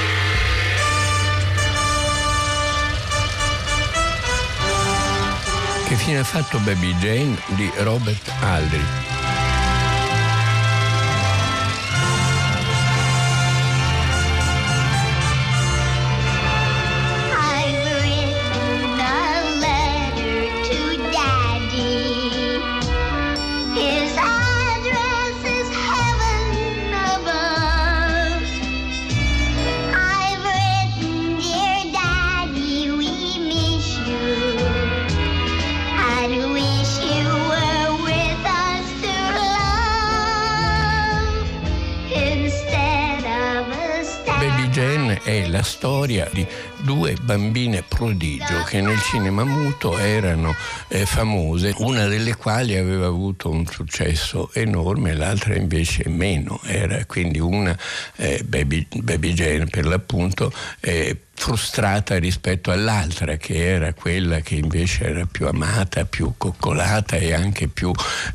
Che fine ha fatto Baby Jane di Robert Aldrich? È la storia di due bambine prodigio che nel cinema muto erano famose, una delle quali aveva avuto un successo enorme, l'altra invece meno. Era quindi una Baby Jane per l'appunto, frustrata rispetto all'altra, che era quella che invece era più amata, più coccolata e anche più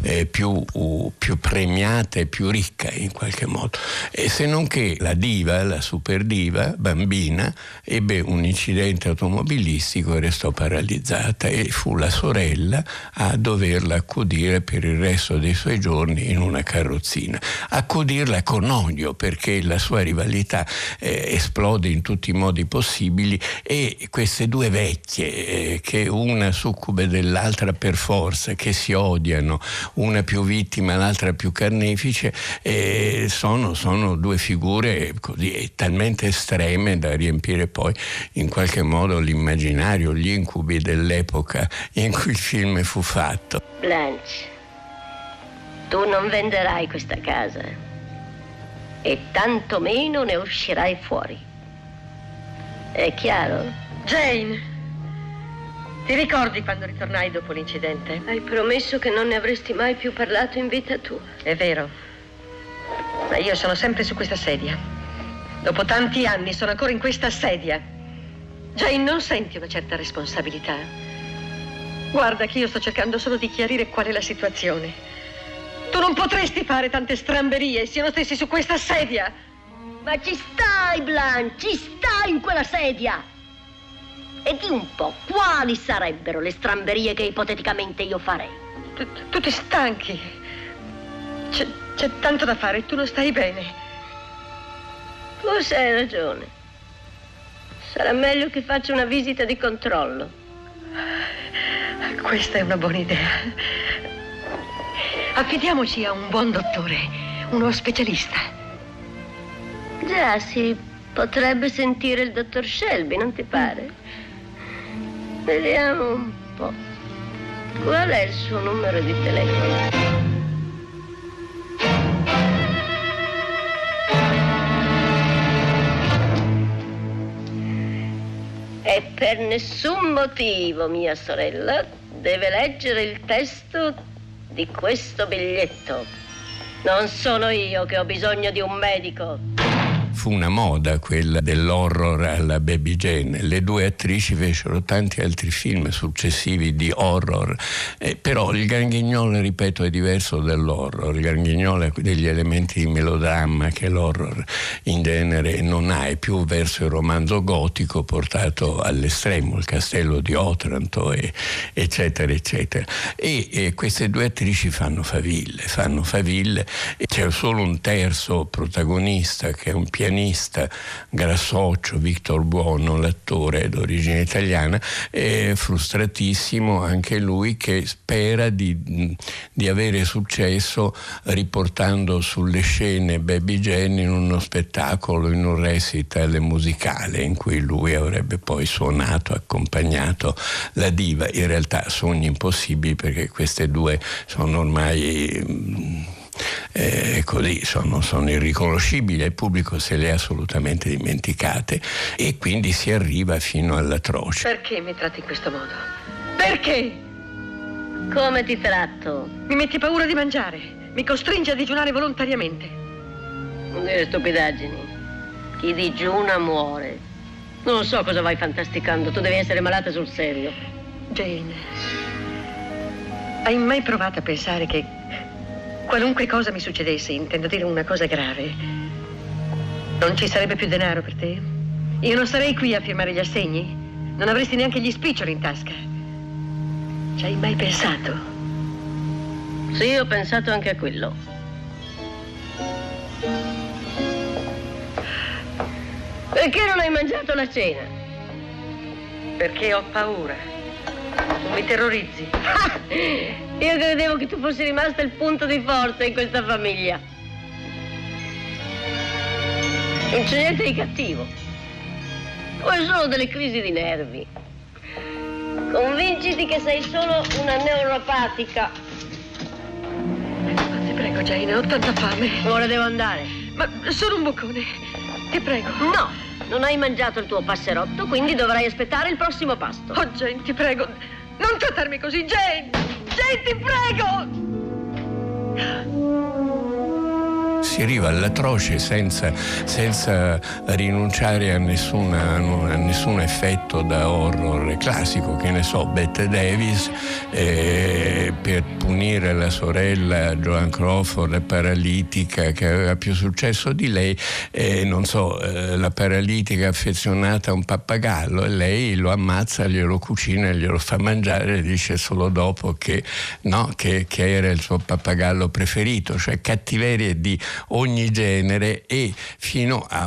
premiata e più ricca in qualche modo. E se non che la diva, la super diva bambina, ebbe un incidente automobilistico e restò paralizzata, e fu la sorella a doverla accudire per il resto dei suoi giorni in una carrozzina. Accudirla con odio, perché la sua rivalità esplode in tutti i modi possibili, e queste due vecchie, che una succube dell'altra per forza, che si odiano, una più vittima, l'altra più carnefice, sono due figure così talmente estreme da riempire poi in qualche modo l'immaginario, gli incubi dell'epoca in cui il film fu fatto. Blanche, tu non venderai questa casa e tantomeno ne uscirai fuori. È chiaro? Jane, ti ricordi quando ritornai dopo l'incidente? Hai promesso che non ne avresti mai più parlato in vita tua. È vero, ma io sono sempre su questa sedia. Dopo tanti anni sono ancora in questa sedia. Jane, non senti una certa responsabilità? Guarda che io sto cercando solo di chiarire qual è la situazione. Tu non potresti fare tante stramberie se io non stessi su questa sedia. Ma ci stai, Blanche, ci stai in quella sedia. E di un po', quali sarebbero le stramberie che ipoteticamente io farei? Tu ti stanchi. C'è tanto da fare e tu non stai bene. Forse hai ragione. Sarà meglio che faccia una visita di controllo. Questa è una buona idea. Affidiamoci a un buon dottore, uno specialista. Già, si potrebbe sentire il dottor Shelby, non ti pare? Vediamo un po'. Qual è il suo numero di telefono? E per nessun motivo, mia sorella, deve leggere il testo di questo biglietto. Non sono io che ho bisogno di un medico. Fu una moda quella dell'horror alla Baby Jane. Le due attrici fecero tanti altri film successivi di horror, però il Gran Guignol, ripeto, è diverso dall'horror. Il Gran Guignol ha degli elementi di melodramma che l'horror in genere non ha, è più verso il romanzo gotico portato all'estremo, il Castello di Otranto eccetera eccetera, e queste due attrici fanno faville. C'è solo un terzo protagonista che è un pianista grassoccio, Victor Buono, l'attore d'origine italiana, è frustratissimo anche lui, che spera di avere successo riportando sulle scene Baby Jane in uno spettacolo, in un recital musicale in cui lui avrebbe poi suonato, accompagnato la diva. In realtà sogni impossibili, perché queste due sono ormai così, sono irriconoscibili, il pubblico se le ha assolutamente dimenticate, e quindi si arriva fino all'atroce. Perché mi tratti in questo modo? Perché? Come ti tratto? Mi metti paura di mangiare, mi costringi a digiunare volontariamente. Delle stupidaggini. Chi digiuna muore. Non so cosa vai fantasticando, tu devi essere malata sul serio. Jane, hai mai provato a pensare che qualunque cosa mi succedesse, intendo dire una cosa grave, non ci sarebbe più denaro per te? Io non sarei qui a firmare gli assegni? Non avresti neanche gli spiccioli in tasca? Ci hai mai pensato? Sì, ho pensato anche a quello. Perché non hai mangiato la cena? Perché ho paura. Non mi terrorizzi. Io credevo che tu fossi rimasta il punto di forza in questa famiglia. Non c'è niente di cattivo. Poi sono delle crisi di nervi. Convinciti che sei solo una neuropatica. Ti prego, Jane, ho tanta fame. Ora devo andare. Ma sono un boccone. Ti prego. No, non hai mangiato il tuo passerotto, quindi dovrai aspettare il prossimo pasto. Oh, Jane, ti prego. Non trattarmi così, Jane! Jane, ti prego! Si arriva all'atroce senza rinunciare a nessun effetto da horror classico, che ne so, Bette Davis, per punire la sorella Joan Crawford, paralitica, che aveva più successo di lei, non so, la paralitica affezionata a un pappagallo, e lei lo ammazza, glielo cucina e glielo fa mangiare, e dice solo dopo che era il suo pappagallo preferito. Cioè cattiverie di ogni genere, e fino a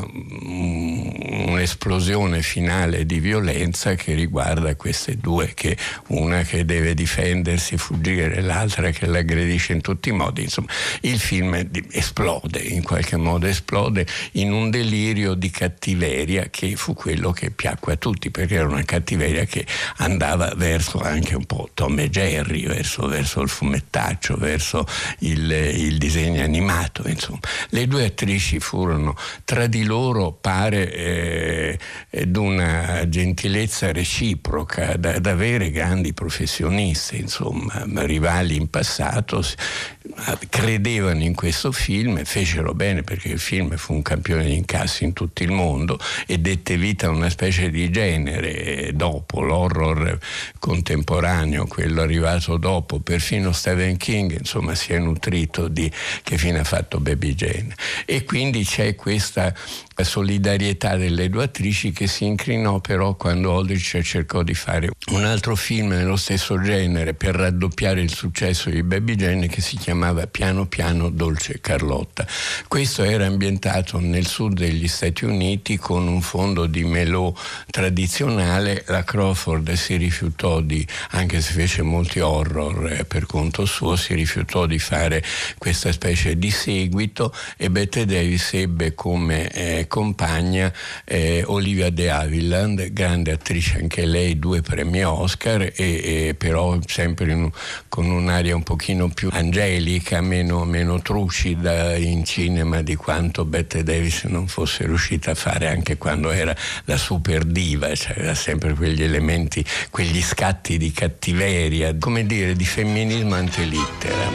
un'esplosione finale di violenza che riguarda queste due, che una che deve difendersi, fuggire, l'altra che l'aggredisce in tutti i modi. Insomma, il film esplode, in qualche modo esplode in un delirio di cattiveria che fu quello che piacque a tutti, perché era una cattiveria che andava verso anche un po' Tom e Jerry, verso il fumettaccio, verso il disegno animato. Insomma, le due attrici furono tra di loro, pare, d'una gentilezza reciproca, da vere grandi professioniste, insomma, rivali in passato, credevano in questo film, fecero bene, perché il film fu un campione di incassi in tutto il mondo e dette vita a una specie di genere dopo l'horror contemporaneo, quello arrivato dopo. Perfino Stephen King, insomma, si è nutrito di che fine ha fatto Baby Jane, e quindi c'è questa solidarietà delle due attrici, che si incrinò però quando Aldrich cercò di fare un altro film nello stesso genere per raddoppiare il successo di Baby Jane, che si chiamava Piano piano dolce Carlotta. Questo era ambientato nel sud degli Stati Uniti con un fondo di melò tradizionale. La Crawford si rifiutò anche se fece molti horror per conto suo, si rifiutò di fare questa specie di seguito, e Bette Davis ebbe come compagna Olivia de Havilland, grande attrice anche lei, 2 premi Oscar, e però sempre con un'aria un pochino più angelica, meno trucida in cinema di quanto Bette Davis non fosse riuscita a fare anche quando era la super diva. Cioè, aveva sempre quegli elementi, quegli scatti di cattiveria, come dire, di femminismo antelitteram.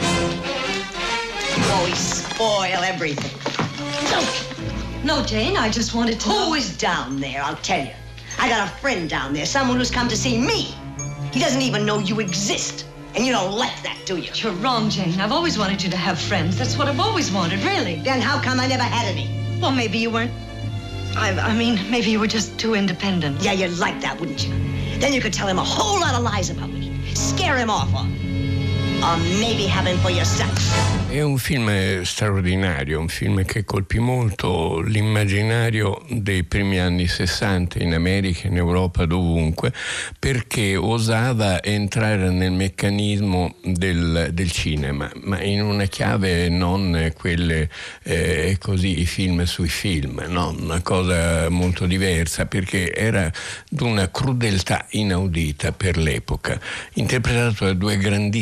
We spoil everything. No, Jane, I just wanted to know. Who is down there? I'll tell you. I got a friend down there, someone who's come to see me. He doesn't even know you exist. And you don't like that, do you? You're wrong, Jane. I've always wanted you to have friends. That's what I've always wanted, really. Then how come I never had any? Well, maybe you weren't... I mean, maybe you were just too independent. Yeah, you'd like that, wouldn't you? Then you could tell him a whole lot of lies about me. Scare him off, or maybe have him for yourself. È un film straordinario, un film che colpì molto l'immaginario dei primi anni 60 in America, in Europa, dovunque, perché osava entrare nel meccanismo del cinema, ma in una chiave non quelle così, i film sui film, no? Una cosa molto diversa, perché era d'una crudeltà inaudita per l'epoca, interpretato da 2 grandissime attrici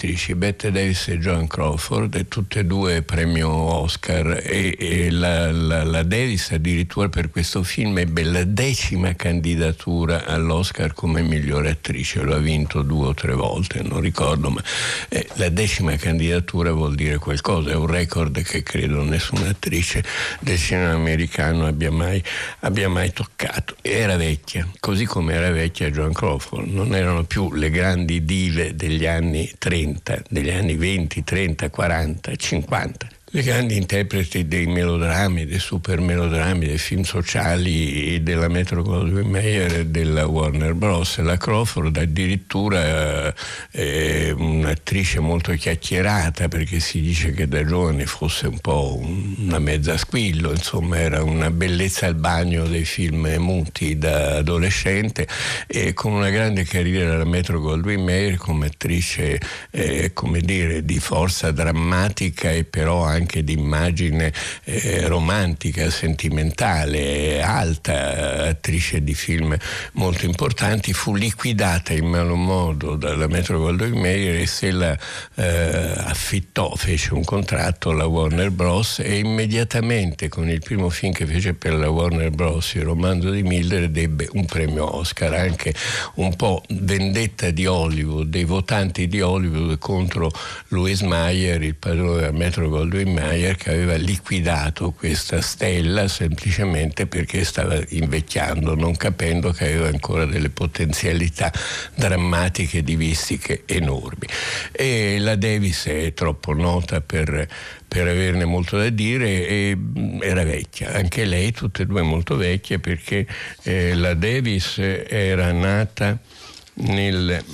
attrici, Bette Davis e Joan Crawford, e tutte e due premio Oscar, e la Davis addirittura per questo film ebbe la 10ª candidatura all'Oscar come migliore attrice, lo ha vinto 2 o 3 volte, non ricordo, ma la 10ª candidatura vuol dire qualcosa, è un record che credo nessuna attrice del cinema americano abbia mai toccato. Era vecchia, così come era vecchia Joan Crawford, non erano più le grandi dive degli anni 30, degli anni 20, 30, 40, 50. Le grandi interpreti dei melodrammi, dei super melodrammi, dei film sociali della Metro-Goldwyn-Mayer e della Warner Bros. La Crawford addirittura è un'attrice molto chiacchierata, perché si dice che da giovane fosse un po' una mezza squillo, insomma era una bellezza al bagno dei film muti da adolescente, e con una grande carriera alla Metro-Goldwyn-Mayer come attrice come dire di forza drammatica e però anche di immagine romantica, sentimentale, alta, attrice di film molto importanti. Fu liquidata in malo modo dalla Metro-Goldwyn-Mayer e se la affittò, fece un contratto alla Warner Bros. E immediatamente con il primo film che fece per la Warner Bros., il romanzo di Mildred, ebbe un premio Oscar, anche un po' vendetta di Hollywood, dei votanti di Hollywood contro Louis Mayer, il padrone della Metro-Goldwyn-Mayer, che aveva liquidato questa stella semplicemente perché stava invecchiando, non capendo che aveva ancora delle potenzialità drammatiche, divistiche enormi. E la Davis è troppo nota per averne molto da dire, e era vecchia, anche lei, tutte e due molto vecchie, perché la Davis era nata nel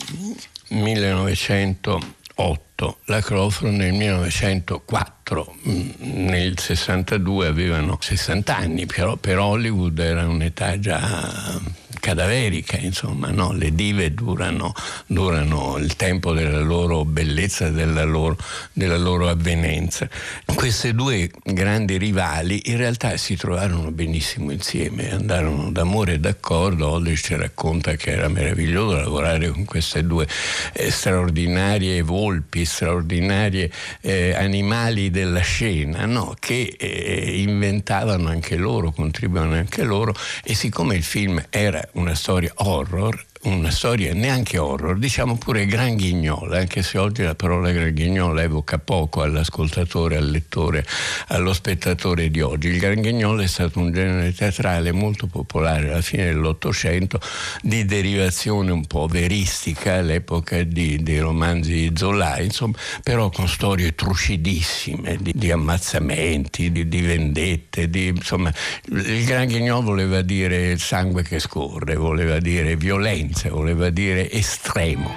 1908, la Crawford nel 1904. Nel 62 avevano 60 anni, però per Hollywood era un'età già cadaverica, insomma, no? Le dive durano il tempo della loro bellezza, della loro avvenenza. Queste due grandi rivali in realtà si trovarono benissimo insieme, andarono d'amore e d'accordo. Aldrich ci racconta che era meraviglioso lavorare con queste due straordinarie volpi, straordinarie animali della scena, no? Che inventavano anche loro, contribuivano anche loro, e siccome il film era una storia horror, una storia neanche horror, diciamo pure grangignola, anche se oggi la parola grangignola evoca poco all'ascoltatore, al lettore, allo spettatore di oggi. Il granghignolo è stato un genere teatrale molto popolare alla fine dell'Ottocento, di derivazione un po' veristica all'epoca dei romanzi Zola, insomma, però con storie trucidissime di ammazzamenti, di vendette, insomma, il granghignolo voleva dire sangue che scorre, voleva dire violenza, voleva dire estremo.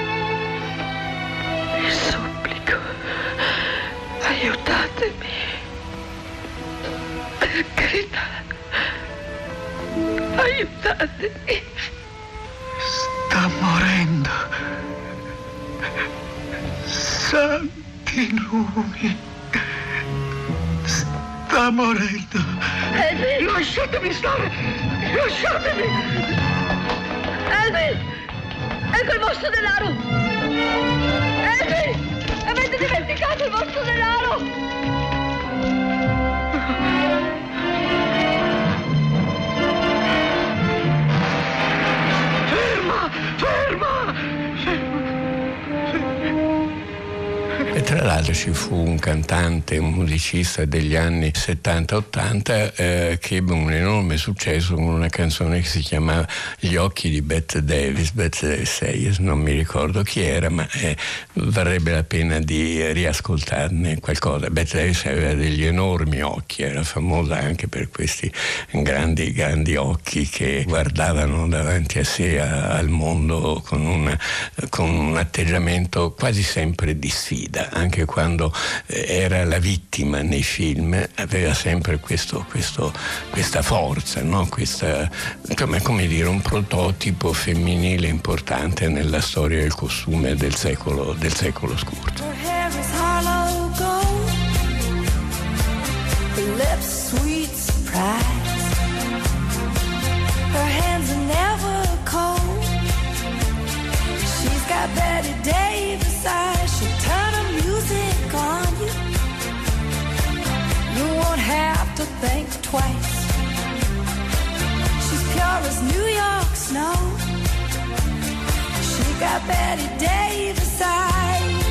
Vi supplico, aiutatemi. Per carità, aiutatemi. Sta morendo. Santi numi. Sta morendo. Lasciatemi stare! Lasciatemi! Elvis! Ecco il vostro denaro! Elvis! Avete dimenticato il vostro denaro! Ferma! Ferma! E tra l'altro ci fu un cantante, un musicista degli anni 70-80 che ebbe un enorme successo con una canzone che si chiamava Gli occhi di Bette Davis, non mi ricordo chi era, ma varrebbe la pena di riascoltarne qualcosa. Bette Davis aveva degli enormi occhi, era famosa anche per questi grandi occhi che guardavano davanti a sé al mondo con un atteggiamento quasi sempre di sfida. Anche quando era la vittima nei film aveva sempre questa forza, no? Questa, come dire, un prototipo femminile importante nella storia del costume del secolo scorso. Her hair is hollow gold, her lips sweet surprise, her hands are never cold, she's got Betty Davis eyes. got Betty Davis eyes,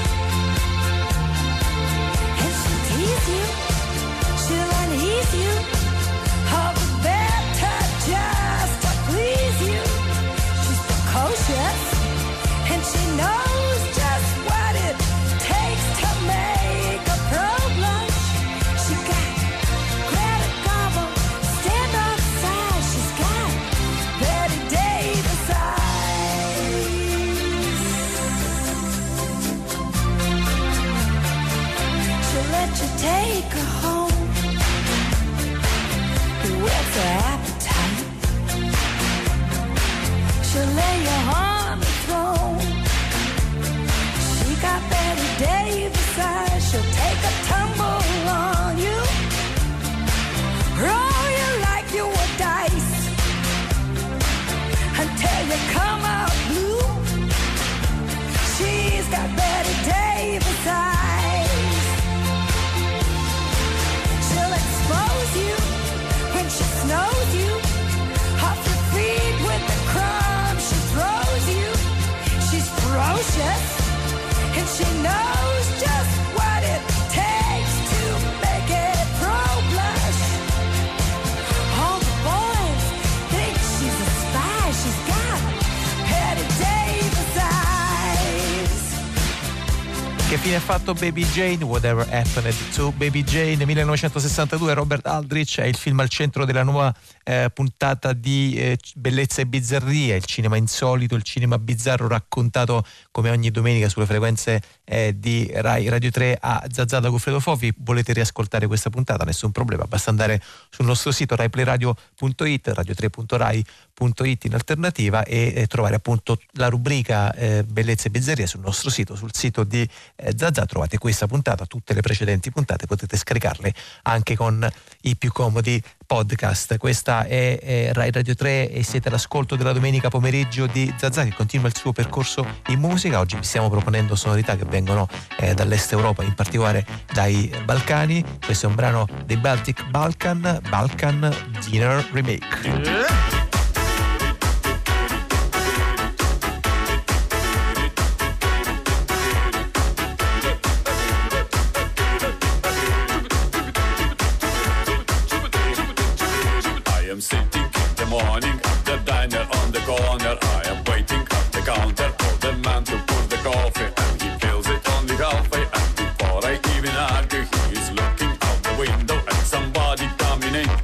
and she'll tease you, she'll unease you, all the better just to please you. She's precocious, and she knows just what it takes to make a pro blush. She got Greta Garbo, stand outside. She's got Betty Davis eyes. She'll let you take her home, whet her appetite. She'll lay you on the throne. She got Betty Davis eyes. She'll take a tumble on you, roll you like you were dice, until you come out blue. She's got Betty Davis eyes. She'll expose you when she snows you, off your feet with the crumbs she throws you. She's ferocious, and she knows just what it takes to make it pro blush. All the boys think she's a spy. She's got Betty Davis eyes. Che fine ha fatto Baby Jane? Whatever Happened to Baby Jane? 1962, Robert Aldrich. È il film al centro della nuova puntata di Bellezza e Bizzarria, il cinema insolito, il cinema bizzarro raccontato come ogni domenica sulle frequenze di Rai Radio 3 a Zazà da Goffredo Fofi. Volete riascoltare questa puntata? Nessun problema, basta andare sul nostro sito raiplayradio.it, radio3.rai.it in alternativa, e trovare appunto la rubrica Bellezza e Bizzarria sul nostro sito, sul sito di Zazà. Trovate questa puntata, tutte le precedenti puntate, potete scaricarle anche con i più comodi podcast. Questa è Rai Radio 3 e siete all'ascolto della domenica pomeriggio di Zazà, che continua il suo percorso in musica. Oggi vi stiamo proponendo sonorità che vengono dall'est Europa, in particolare dai Balcani. Questo è un brano dei Baltic Balkan Dinner Remake. I am sitting in the morning at the diner on the corner. I am waiting at the counter for the man to pour the coffee, and he fills it on the halfway. And before I even argue, he is looking out the window at somebody coming in.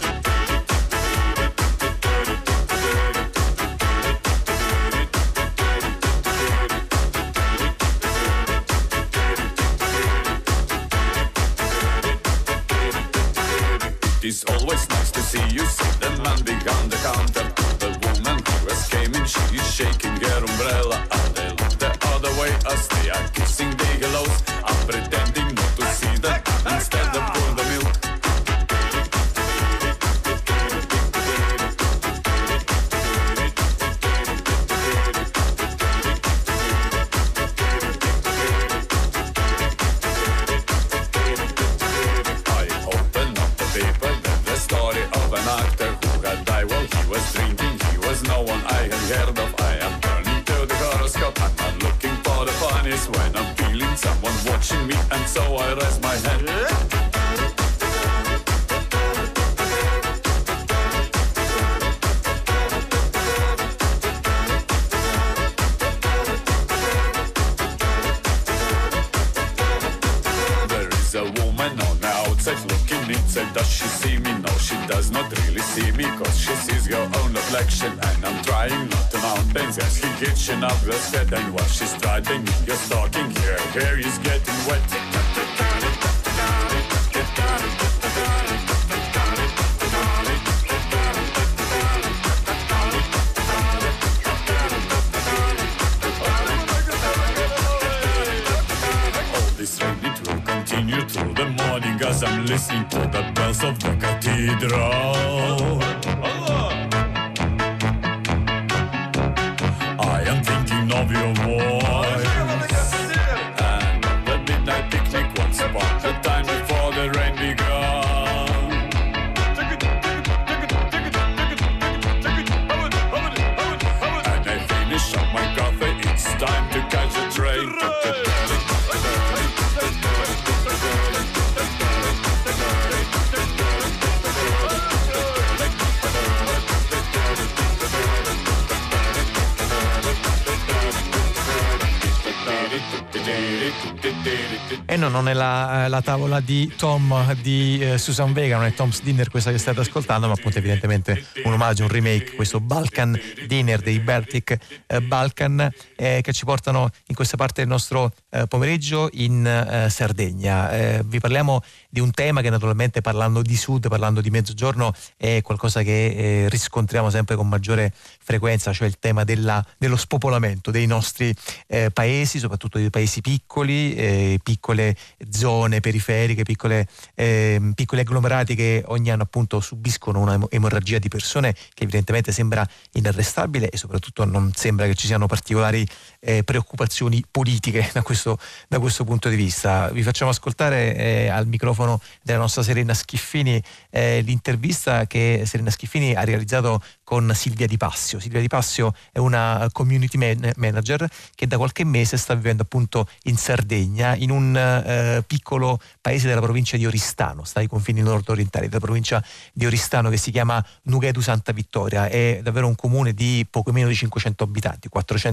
It's always nice to see you, said the man behind the counter. The woman who was came in, she is shaking her umbrella, and they look the other way as they are kissing the hellos. I'm pretending not to see them, instead of pour the milk. No one I had heard of. I am turning to the horoscope, and I'm looking for the funniest when I'm feeling someone watching me, and so I raise my hand. There is a woman on the outside looking inside. Does she see me? No, she does not really see me, cause she sees her own reflection. And I'm trying not to mountains as he hitching up the head. And while she's striding in your stocking, her hair is getting wet. All this rain, it will continue through the morning as I'm listening to the bells of the cathedral. I am thinking of your voice and the midnight picnic once upon a time before the rain began. And I finish up my coffee E no, non è la tavola di Tom di Susan Vega, non è Tom's Dinner questa che state ascoltando, ma appunto evidentemente un omaggio, un remake, questo Balkan Dinner dei Baltic Balkan, che ci portano in questa parte del nostro pomeriggio in Sardegna. Vi parliamo di un tema che naturalmente, parlando di sud, parlando di mezzogiorno, è qualcosa che riscontriamo sempre con maggiore frequenza, cioè il tema dello spopolamento dei nostri paesi, soprattutto dei paesi piccoli, piccole zone periferiche, piccoli agglomerati che ogni anno appunto subiscono una emorragia di persone che evidentemente sembra inarrestabile, e soprattutto non sembra che ci siano particolari preoccupazioni politiche da questo punto di vista. Vi facciamo ascoltare al microfono della nostra Serena Schiffini l'intervista che Serena Schiffini ha realizzato con Silvia Di Passio. Silvia Di Passio è una community manager che da qualche mese sta vivendo appunto in Sardegna, in un piccolo paese della provincia di Oristano, sta ai confini nord-orientali della provincia di Oristano, che si chiama Nughedu Santa Vittoria. È davvero un comune di poco meno di 500 abitanti,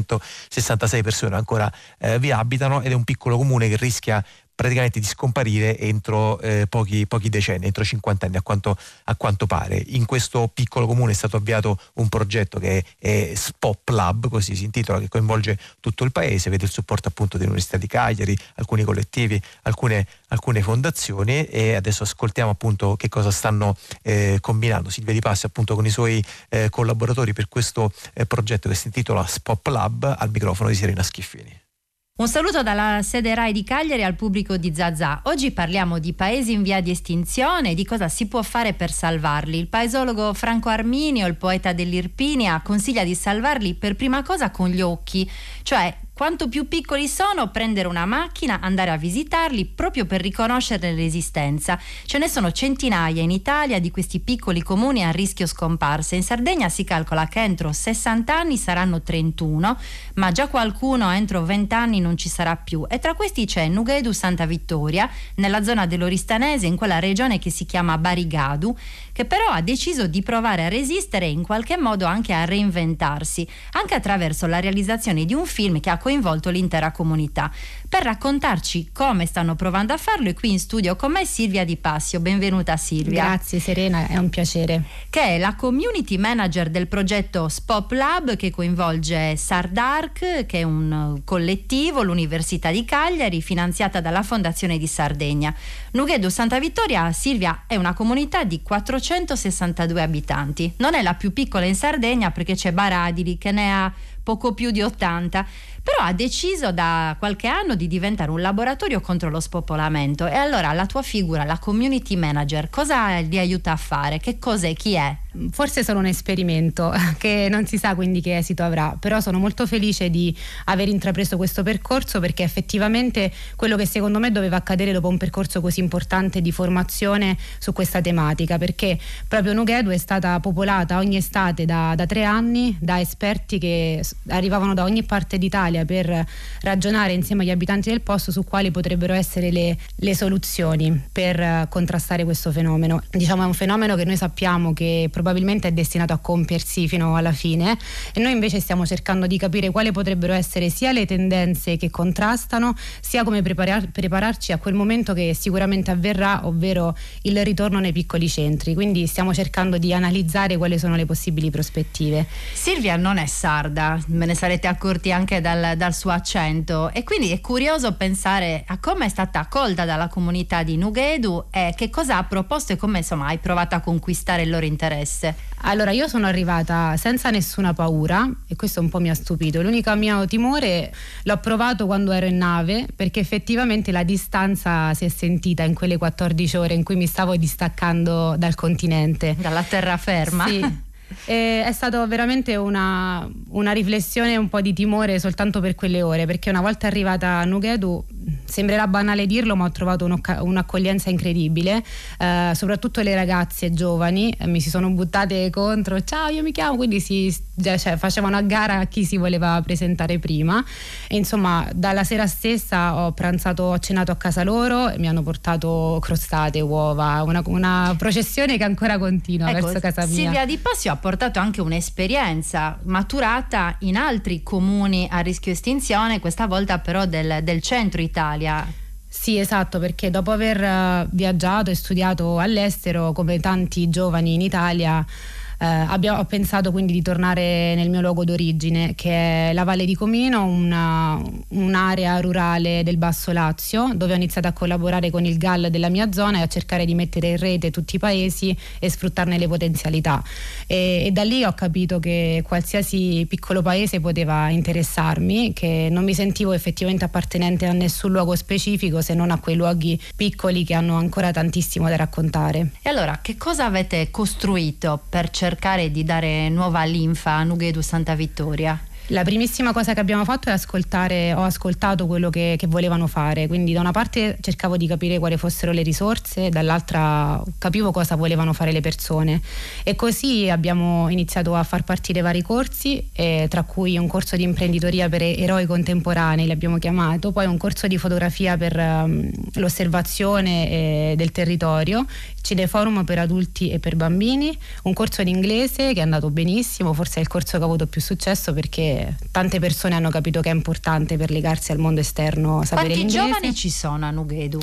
466 persone ancora vi abitano, ed è un piccolo comune che rischia praticamente di scomparire entro pochi decenni, entro 50 anni a quanto pare. In questo piccolo comune è stato avviato un progetto che è Spop Lab, così si intitola, che coinvolge tutto il paese, vede il supporto appunto dell'Università di Cagliari, alcuni collettivi, alcune fondazioni, e adesso ascoltiamo appunto che cosa stanno combinando Silvia Di Passio appunto con i suoi collaboratori per questo progetto che si intitola Spop Lab, al microfono di Serena Schiffini. Un saluto dalla sede Rai di Cagliari al pubblico di Zazà. Oggi parliamo di paesi in via di estinzione e di cosa si può fare per salvarli. Il paesologo Franco Arminio, il poeta dell'Irpinia, consiglia di salvarli per prima cosa con gli occhi, cioè quanto più piccoli sono, prendere una macchina, andare a visitarli proprio per riconoscerne l'esistenza. Ce ne sono centinaia in Italia di questi piccoli comuni a rischio scomparsa. In Sardegna si calcola che entro 60 anni saranno 31, ma già qualcuno entro 20 anni non ci sarà più. E tra questi c'è Nughedu Santa Vittoria, nella zona dell'Oristanese, in quella regione che si chiama Barigadu, che però ha deciso di provare a resistere e in qualche modo anche a reinventarsi, anche attraverso la realizzazione di un film che ha coinvolto l'intera comunità. Per raccontarci come stanno provando a farlo è qui in studio con me Silvia Di Passio. Benvenuta Silvia. Grazie Serena, è un piacere. Che è la community manager del progetto Spop Lab, che coinvolge Sardarc, che è un collettivo, l'Università di Cagliari, finanziata dalla Fondazione di Sardegna. Nughedu Santa Vittoria, Silvia, è una comunità di 462 abitanti. Non è la più piccola in Sardegna perché c'è Baradili che ne ha poco più di 80, però ha deciso da qualche anno di diventare un laboratorio contro lo spopolamento. E allora la tua figura, la community manager, cosa li aiuta a fare? Che cos'è? Chi è? Forse è solo un esperimento che non si sa quindi che esito avrà, però sono molto felice di aver intrapreso questo percorso, perché effettivamente quello che secondo me doveva accadere dopo un percorso così importante di formazione su questa tematica, perché proprio Nughedu è stata popolata ogni estate da 3 anni da esperti che arrivavano da ogni parte d'Italia per ragionare insieme agli abitanti del posto su quali potrebbero essere le soluzioni per contrastare questo fenomeno. Diciamo è un fenomeno che noi sappiamo che probabilmente è destinato a compiersi fino alla fine, e noi invece stiamo cercando di capire quali potrebbero essere sia le tendenze che contrastano, sia come prepararci a quel momento che sicuramente avverrà, ovvero il ritorno nei piccoli centri. Quindi stiamo cercando di analizzare quali sono le possibili prospettive. Silvia non è sarda, me ne sarete accorti anche dal suo accento, e quindi è curioso pensare a come è stata accolta dalla comunità di Nughedu e che cosa ha proposto e come insomma hai provato a conquistare il loro interesse. Allora, io sono arrivata senza nessuna paura e questo un po' mi ha stupito. L'unico mio timore l'ho provato quando ero in nave, perché effettivamente la distanza si è sentita in quelle 14 ore in cui mi stavo distaccando dal continente, dalla terraferma. Sì. È stato veramente una riflessione, un po' di timore soltanto per quelle ore, perché una volta arrivata a Nughedu sembrerà banale dirlo, ma ho trovato un'accoglienza incredibile, soprattutto le ragazze giovani mi si sono buttate contro, ciao io mi chiamo, quindi facevano a gara a chi si voleva presentare prima, e insomma dalla sera stessa ho cenato a casa loro e mi hanno portato crostate, uova, una processione che ancora continua verso casa mia. Silvia Di Passio ha portato anche un'esperienza maturata in altri comuni a rischio estinzione, questa volta però del centro Italia. Sì, esatto, perché dopo aver viaggiato e studiato all'estero come tanti giovani in Italia, ho pensato quindi di tornare nel mio luogo d'origine, che è la Valle di Comino, un'area rurale del Basso Lazio, dove ho iniziato a collaborare con il GAL della mia zona e a cercare di mettere in rete tutti i paesi e sfruttarne le potenzialità, e da lì ho capito che qualsiasi piccolo paese poteva interessarmi, che non mi sentivo effettivamente appartenente a nessun luogo specifico, se non a quei luoghi piccoli che hanno ancora tantissimo da raccontare. E allora, che cosa avete costruito per cercare di dare nuova linfa a Nughedu Santa Vittoria? La primissima cosa che abbiamo fatto è ho ascoltato quello che volevano fare, quindi da una parte cercavo di capire quali fossero le risorse, dall'altra capivo cosa volevano fare le persone, e così abbiamo iniziato a far partire vari corsi, tra cui un corso di imprenditoria per eroi contemporanei, l'abbiamo chiamato, poi un corso di fotografia per l'osservazione del territorio, cineforum per adulti e per bambini, un corso di inglese che è andato benissimo, forse è il corso che ha avuto più successo perché tante persone hanno capito che è importante per legarsi al mondo esterno sapere l'inglese. Quanti giovani ci sono a Nughedu?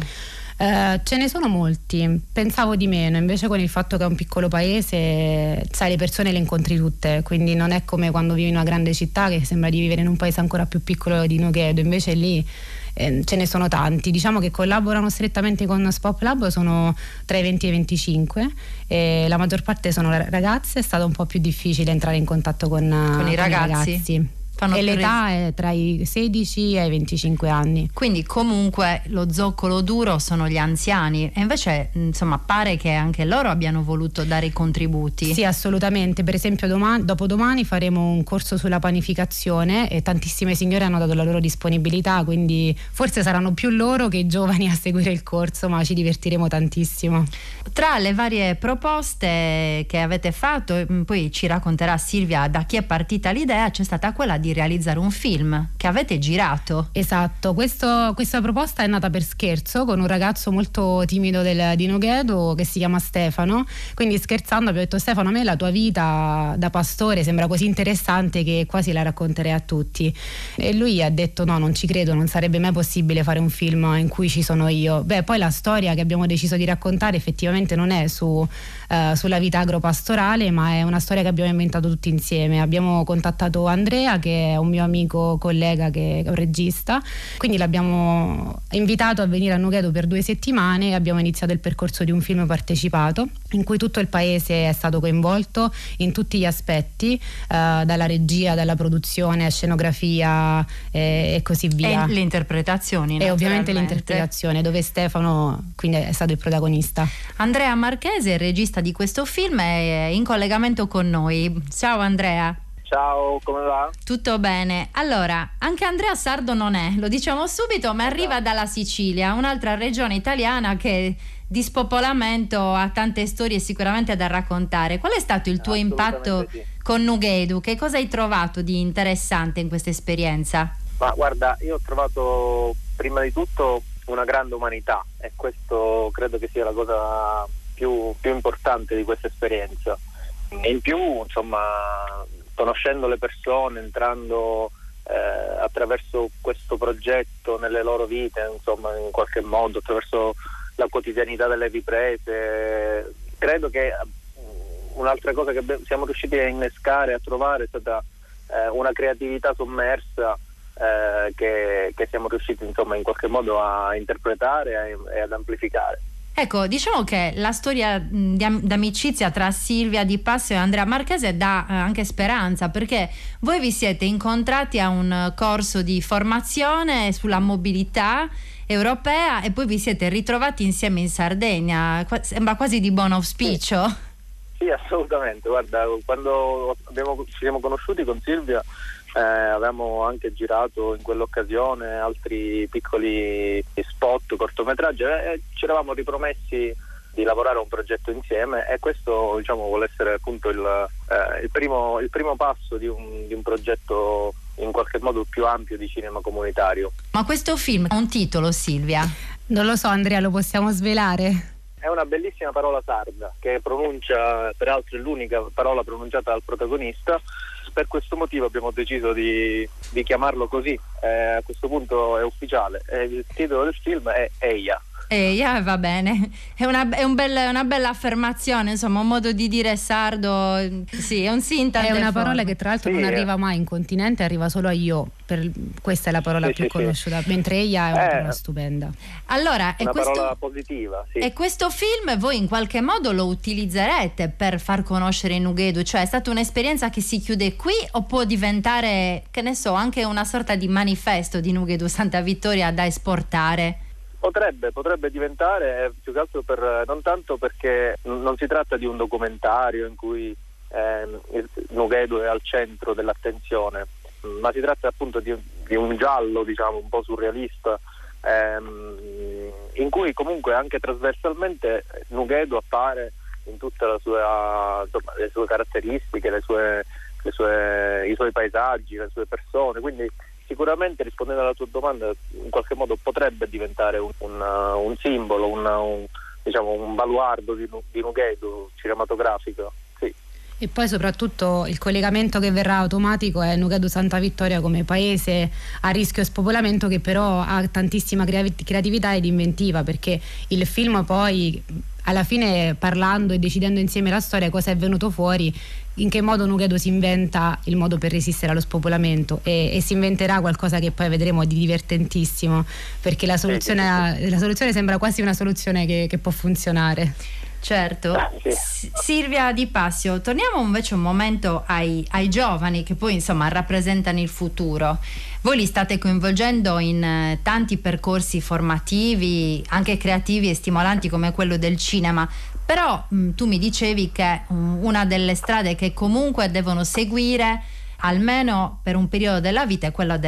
Ce ne sono molti, pensavo di meno, invece con il fatto che è un piccolo paese, sai, le persone le incontri tutte, quindi non è come quando vivi in una grande città che sembra di vivere in un paese ancora più piccolo di Nughedu, invece lì ce ne sono tanti. Diciamo che collaborano strettamente con Spop Lab, sono tra i 20 e i 25 e la maggior parte sono ragazze, è stato un po' più difficile entrare in contatto con i ragazzi. E l'età è tra i 16 e i 25 anni. Quindi comunque lo zoccolo duro sono gli anziani, e invece insomma pare che anche loro abbiano voluto dare i contributi. Sì, assolutamente. Per esempio dopodomani faremo un corso sulla panificazione e tantissime signore hanno dato la loro disponibilità, quindi forse saranno più loro che i giovani a seguire il corso, ma ci divertiremo tantissimo. Tra le varie proposte che avete fatto, poi ci racconterà Silvia da chi è partita l'idea, c'è stata quella di realizzare un film che avete girato. Esatto, questa proposta è nata per scherzo con un ragazzo molto timido di Nughedu che si chiama Stefano, quindi scherzando abbiamo detto: Stefano, a me la tua vita da pastore sembra così interessante che quasi la racconterei a tutti, e lui ha detto no, non ci credo, non sarebbe mai possibile fare un film in cui ci sono io. Poi la storia che abbiamo deciso di raccontare effettivamente non è sulla vita agropastorale, ma è una storia che abbiamo inventato tutti insieme. Abbiamo contattato Andrea, che è un mio amico collega, che è un regista, quindi l'abbiamo invitato a venire a Nughedu per 2 settimane e abbiamo iniziato il percorso di un film partecipato in cui tutto il paese è stato coinvolto in tutti gli aspetti, dalla regia, dalla produzione, scenografia e così via, e le interpretazioni, e ovviamente l'interpretazione, dove Stefano quindi è stato il protagonista. Andrea Marchese, il regista di questo film, è in collegamento con noi. Ciao Andrea. Ciao, come va? Tutto bene. Allora, anche Andrea sardo non è, lo diciamo subito, ma arriva dalla Sicilia, un'altra regione italiana che di spopolamento ha tante storie sicuramente da raccontare. Qual è stato il tuo impatto con Nughedu? Che cosa hai trovato di interessante in questa esperienza? Ma guarda, io ho trovato prima di tutto una grande umanità, e questo credo che sia la cosa più importante di questa esperienza. E in più, insomma, conoscendo le persone, entrando attraverso questo progetto nelle loro vite, insomma, in qualche modo, attraverso la quotidianità delle riprese, credo che un'altra cosa che siamo riusciti a innescare, a trovare, è stata una creatività sommersa che siamo riusciti, insomma, in qualche modo a interpretare e ad amplificare. Ecco, diciamo che la storia d'amicizia tra Silvia Di Passio e Andrea Marchese dà anche speranza, perché voi vi siete incontrati a un corso di formazione sulla mobilità europea e poi vi siete ritrovati insieme in Sardegna. Sembra quasi di buon auspicio. Sì, assolutamente. Guarda, quando ci siamo conosciuti con Silvia Avevamo anche girato in quell'occasione altri piccoli spot, cortometraggi, e ci eravamo ripromessi di lavorare a un progetto insieme, e questo, diciamo, vuole essere appunto il primo passo di un progetto in qualche modo più ampio di cinema comunitario. Ma questo film ha un titolo, Silvia? Non lo so, Andrea, lo possiamo svelare? È una bellissima parola sarda che pronuncia, peraltro è l'unica parola pronunciata dal protagonista. Per questo motivo abbiamo deciso di chiamarlo così. A questo punto è ufficiale. Il titolo del film è Eia. Va bene, è una bella affermazione, insomma, un modo di dire sardo, sì, è un sintomo. È una parola che tra l'altro non arriva mai in continente, arriva solo a io, questa è la parola più conosciuta, mentre Eia è una parola stupenda. Allora, una parola positiva, sì. E questo film voi in qualche modo lo utilizzerete per far conoscere Nughedu? Cioè è stata un'esperienza che si chiude qui o può diventare, che ne so, anche una sorta di manifesto di Nughedu Santa Vittoria da esportare? Potrebbe diventare, più che altro non tanto perché non si tratta di un documentario in cui il Nughedu è al centro dell'attenzione, ma si tratta appunto di un giallo, diciamo, un po' surrealista, in cui comunque anche trasversalmente Nughedu appare in tutte le sue caratteristiche, i suoi paesaggi, le sue persone, quindi sicuramente, rispondendo alla tua domanda, in qualche modo potrebbe diventare un simbolo, un baluardo di Nughedu cinematografico, sì. E poi soprattutto il collegamento che verrà automatico è Nughedu Santa Vittoria come paese a rischio spopolamento, che però ha tantissima creatività ed inventiva, perché il film poi alla fine, parlando e decidendo insieme la storia, cosa è venuto fuori, in che modo Nughedu si inventa il modo per resistere allo spopolamento e si inventerà qualcosa che poi vedremo di divertentissimo, perché la soluzione sembra quasi una soluzione che può funzionare. Certo. Silvia Di Passio, torniamo invece un momento ai giovani che poi insomma rappresentano il futuro. Voi li state coinvolgendo in tanti percorsi formativi, anche creativi e stimolanti come quello del cinema, però tu mi dicevi che una delle strade che comunque devono seguire almeno per un periodo della vita è quella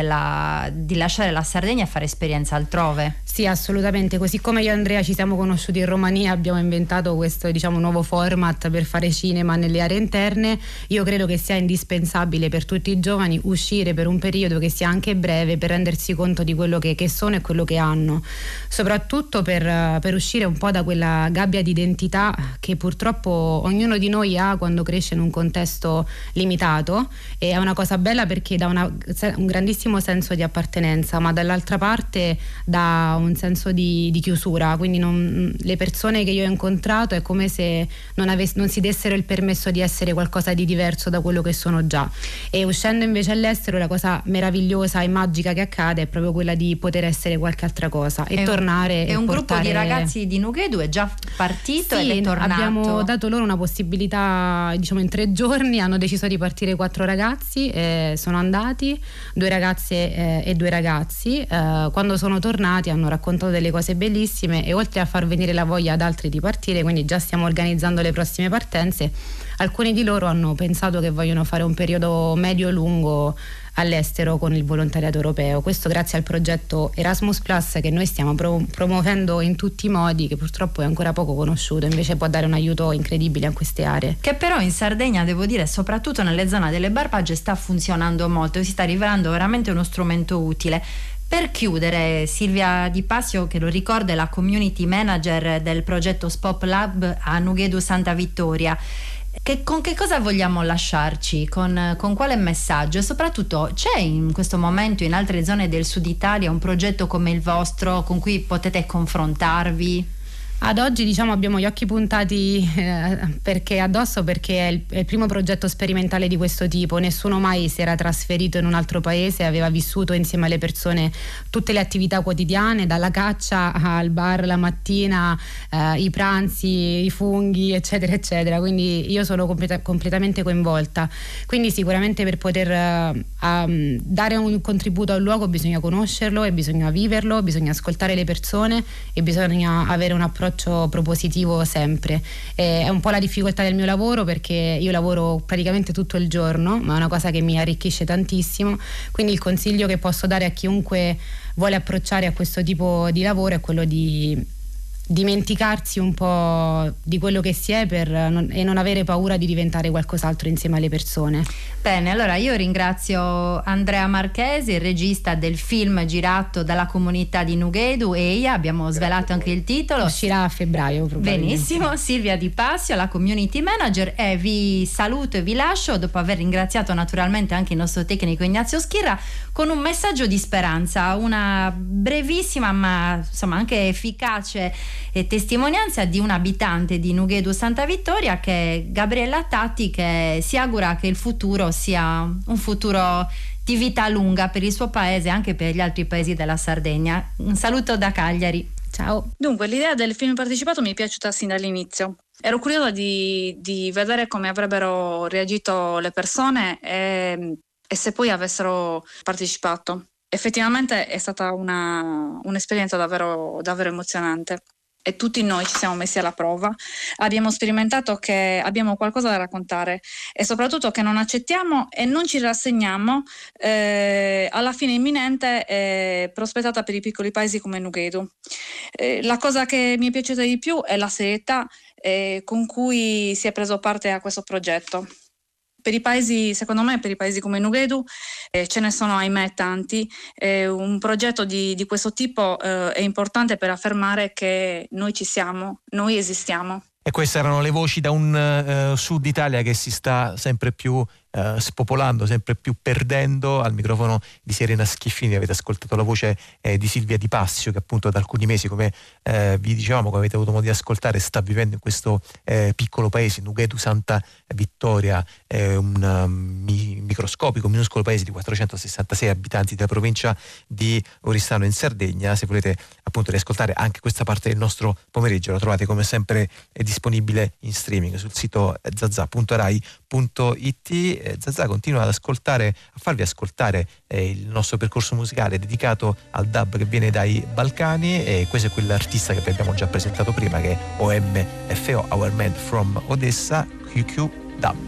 di lasciare la Sardegna e fare esperienza altrove. Sì, assolutamente, così come io e Andrea ci siamo conosciuti in Romania, abbiamo inventato questo, diciamo, nuovo format per fare cinema nelle aree interne. Io credo che sia indispensabile per tutti i giovani uscire per un periodo che sia anche breve, per rendersi conto di quello che sono e quello che hanno, soprattutto per uscire un po' da quella gabbia di identità che purtroppo ognuno di noi ha quando cresce in un contesto limitato. E è una cosa bella perché dà un grandissimo senso di appartenenza, ma dall'altra parte dà un senso di chiusura, quindi le persone che io ho incontrato è come se non si dessero il permesso di essere qualcosa di diverso da quello che sono già. E uscendo invece all'estero, la cosa meravigliosa e magica che accade è proprio quella di poter essere qualche altra cosa e tornare. E un gruppo di ragazzi di Nughedu è già partito ed è tornato. Abbiamo dato loro una possibilità, diciamo, in 3 giorni hanno deciso di partire 4 ragazzi, sono andati 2 ragazze e 2 ragazzi. Quando sono tornati hanno raccontato delle cose bellissime e oltre a far venire la voglia ad altri di partire, quindi già stiamo organizzando le prossime partenze, alcuni di loro hanno pensato che vogliono fare un periodo medio-lungo all'estero con il volontariato europeo. Questo grazie al progetto Erasmus Plus che noi stiamo promuovendo in tutti i modi, che purtroppo è ancora poco conosciuto, invece può dare un aiuto incredibile a queste aree. Che però in Sardegna, devo dire, soprattutto nelle zone delle Barbagge sta funzionando molto, si sta rivelando veramente uno strumento utile. Per chiudere, Silvia Di Passio, che lo ricorda, è la community manager del progetto Spop Lab a Nughedu Santa Vittoria. Con che cosa vogliamo lasciarci? Con quale messaggio? E soprattutto, c'è in questo momento in altre zone del sud Italia un progetto come il vostro con cui potete confrontarvi? Ad oggi, diciamo, abbiamo gli occhi puntati perché è il primo progetto sperimentale di questo tipo. Nessuno mai si era trasferito in un altro paese, aveva vissuto insieme alle persone tutte le attività quotidiane, dalla caccia al bar la mattina, i pranzi, i funghi, eccetera eccetera, quindi io sono completamente coinvolta. Quindi sicuramente per poter dare un contributo a un luogo bisogna conoscerlo e bisogna viverlo, bisogna ascoltare le persone e bisogna avere un approccio approccio propositivo sempre. È un po' la difficoltà del mio lavoro, perché io lavoro praticamente tutto il giorno, ma è una cosa che mi arricchisce tantissimo, quindi il consiglio che posso dare a chiunque vuole approcciare a questo tipo di lavoro è quello di dimenticarsi un po' di quello che si è e non avere paura di diventare qualcos'altro insieme alle persone. Bene, allora io ringrazio Andrea Marchesi, il regista del film girato dalla comunità di Nughedu, Eia, abbiamo svelato anche il titolo. Uscirà a febbraio probabilmente. Benissimo, Silvia Di Passio, la community manager, e vi saluto e vi lascio, dopo aver ringraziato naturalmente anche il nostro tecnico Ignazio Schirra, con un messaggio di speranza, una brevissima ma insomma anche efficace testimonianza di un abitante di Nughedu Santa Vittoria, che è Gabriella Tatti, che si augura che il futuro sia un futuro di vita lunga per il suo paese e anche per gli altri paesi della Sardegna. Un saluto da Cagliari. Ciao. Dunque, l'idea del film partecipato mi è piaciuta sin dall'inizio. Ero curiosa di vedere come avrebbero reagito le persone e se poi avessero partecipato. Effettivamente è stata un'esperienza davvero emozionante. E tutti noi ci siamo messi alla prova, abbiamo sperimentato che abbiamo qualcosa da raccontare e soprattutto che non accettiamo e non ci rassegniamo alla fine imminente prospettata per i piccoli paesi come Nughedu. La cosa che mi è piaciuta di più è la serietà con cui si è preso parte a questo progetto. Per i paesi, secondo me, per i paesi come Nughedu ce ne sono ahimè tanti. Un progetto di questo tipo è importante per affermare che noi ci siamo, noi esistiamo. E queste erano le voci da un Sud Italia che si sta sempre più spopolando, sempre più perdendo. Al microfono di Serena Schiffini avete ascoltato la voce di Silvia Di Passio, che appunto da alcuni mesi, come vi dicevamo, come avete avuto modo di ascoltare, sta vivendo in questo piccolo paese, Nughedu Santa Vittoria, un microscopico, minuscolo paese di 466 abitanti della provincia di Oristano in Sardegna. Se volete appunto riascoltare anche questa parte del nostro pomeriggio, la trovate come sempre disponibile in streaming sul sito zazà.rai.it. Zazà continua a farvi ascoltare il nostro percorso musicale dedicato al dub che viene dai Balcani, e questo è quell'artista che vi abbiamo già presentato prima, che è OMFO, Our Man from Odessa, QQ Dub.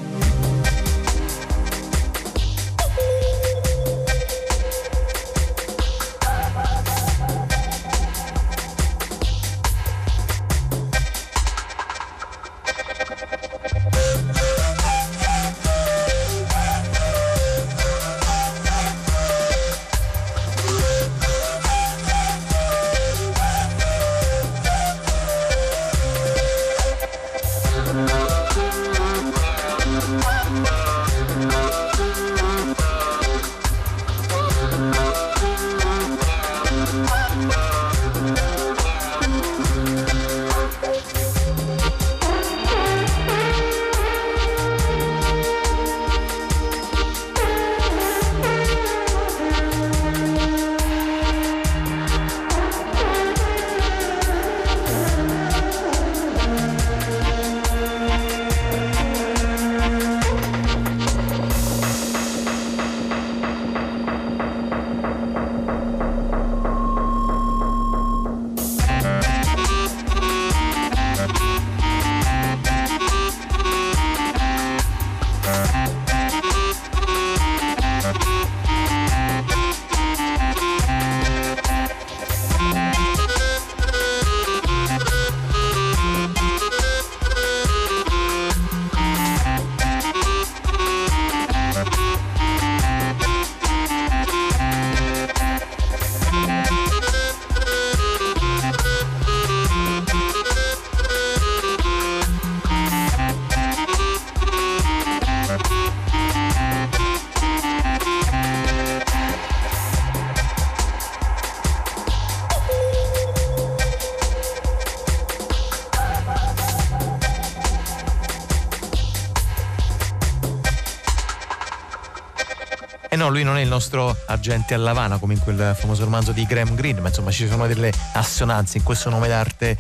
No, lui non è il nostro agente all'Havana come in quel famoso romanzo di Graham Greene, ma insomma ci sono delle assonanze in questo nome d'arte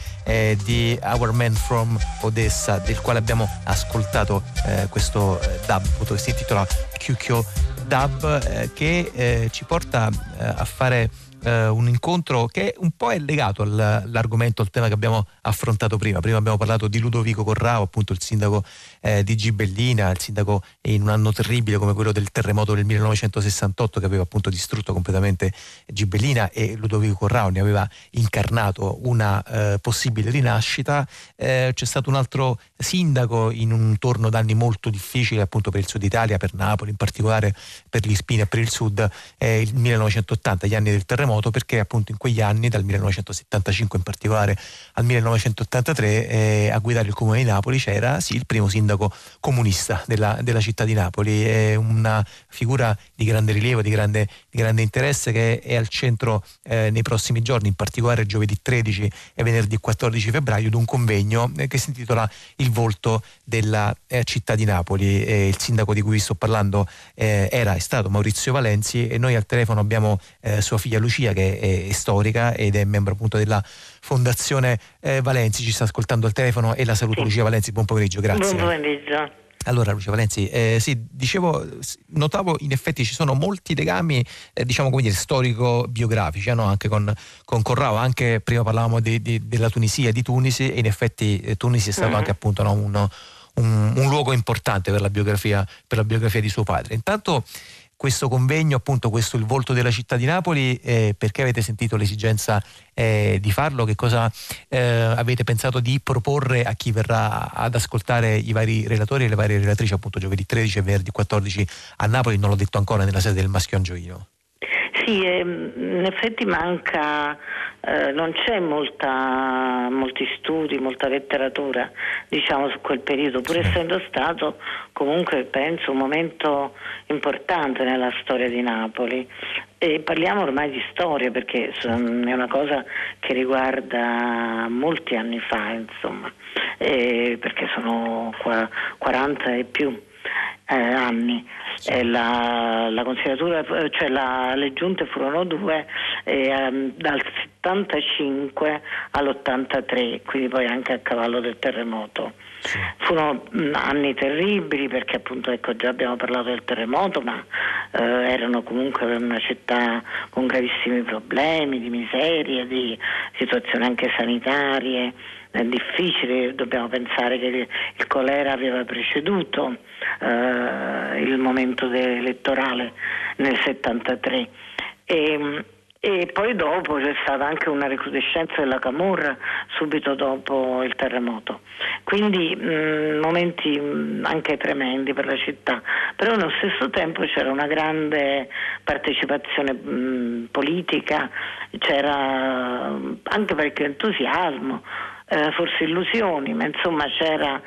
di Our Man from Odessa, del quale abbiamo ascoltato questo dub che si intitola QQ Dub, che ci porta a fare un incontro che un po' è legato all'argomento, al tema che abbiamo affrontato prima. Prima abbiamo parlato di Ludovico Corrao, appunto il sindaco di Gibellina, il sindaco in un anno terribile come quello del terremoto del 1968 che aveva appunto distrutto completamente Gibellina, e Ludovico Corrao ne aveva incarnato una possibile rinascita. C'è stato un altro sindaco in un torno d'anni molto difficile appunto per il Sud Italia, per Napoli in particolare, per l'Irpinia e per il Sud, il 1980, gli anni del terremoto, perché appunto in quegli anni, dal 1975 in particolare al 1983, a guidare il comune di Napoli c'era sì il primo sindaco comunista della città di Napoli. È una figura di grande rilievo, di grande interesse, che è al centro nei prossimi giorni, in particolare giovedì 13 e venerdì 14 febbraio, di un convegno che si intitola Il volto della città di Napoli. Il sindaco di cui sto parlando è stato Maurizio Valenzi, e noi al telefono abbiamo sua figlia Lucia, che è storica ed è membro appunto della Fondazione Valenzi. Ci sta ascoltando al telefono e la saluto. Sì. Lucia Valenzi, buon pomeriggio, grazie. Buon pomeriggio. Allora Lucia Valenzi, sì, dicevo, notavo in effetti ci sono molti legami, diciamo come dire, storico-biografici, no? Anche con Corrao. Anche prima parlavamo della Tunisia, di Tunisi, e in effetti Tunisi è stato anche appunto, no, un luogo importante per la biografia di suo padre. Intanto questo convegno, appunto questo Il volto della città di Napoli, perché avete sentito l'esigenza di farlo? Che cosa avete pensato di proporre a chi verrà ad ascoltare i vari relatori e le varie relatrici, appunto giovedì 13 e venerdì 14 a Napoli? Non l'ho detto ancora, nella sede del Maschio Angioino. Sì, in effetti manca, non c'è molti studi, molta letteratura, diciamo, su quel periodo, pur essendo stato comunque, penso, un momento importante nella storia di Napoli. E parliamo ormai di storia, perché è una cosa che riguarda molti anni fa, insomma, perché sono 40 e più anni. La consigliatura, cioè le giunte furono due, dal 75 all'83, quindi poi anche a cavallo del terremoto. Furono anni terribili, perché appunto, ecco, già abbiamo parlato del terremoto, ma erano comunque una città con gravissimi problemi di miseria, di situazioni anche sanitarie difficili. Dobbiamo pensare che il colera aveva preceduto il momento elettorale nel 73, e poi dopo c'è stata anche una recrudescenza della camorra subito dopo il terremoto, quindi momenti anche tremendi per la città. Però nello stesso tempo c'era una grande partecipazione politica, c'era anche parecchio entusiasmo, forse illusioni, ma insomma c'era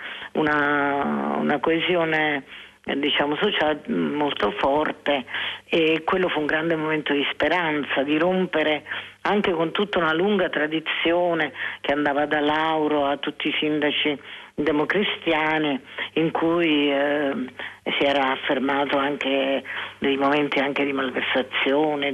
una coesione, diciamo, sociale molto forte, e quello fu un grande momento di speranza, di rompere anche con tutta una lunga tradizione che andava da Lauro a tutti i sindaci democristiani, in cui si era affermato anche dei momenti anche di malversazione,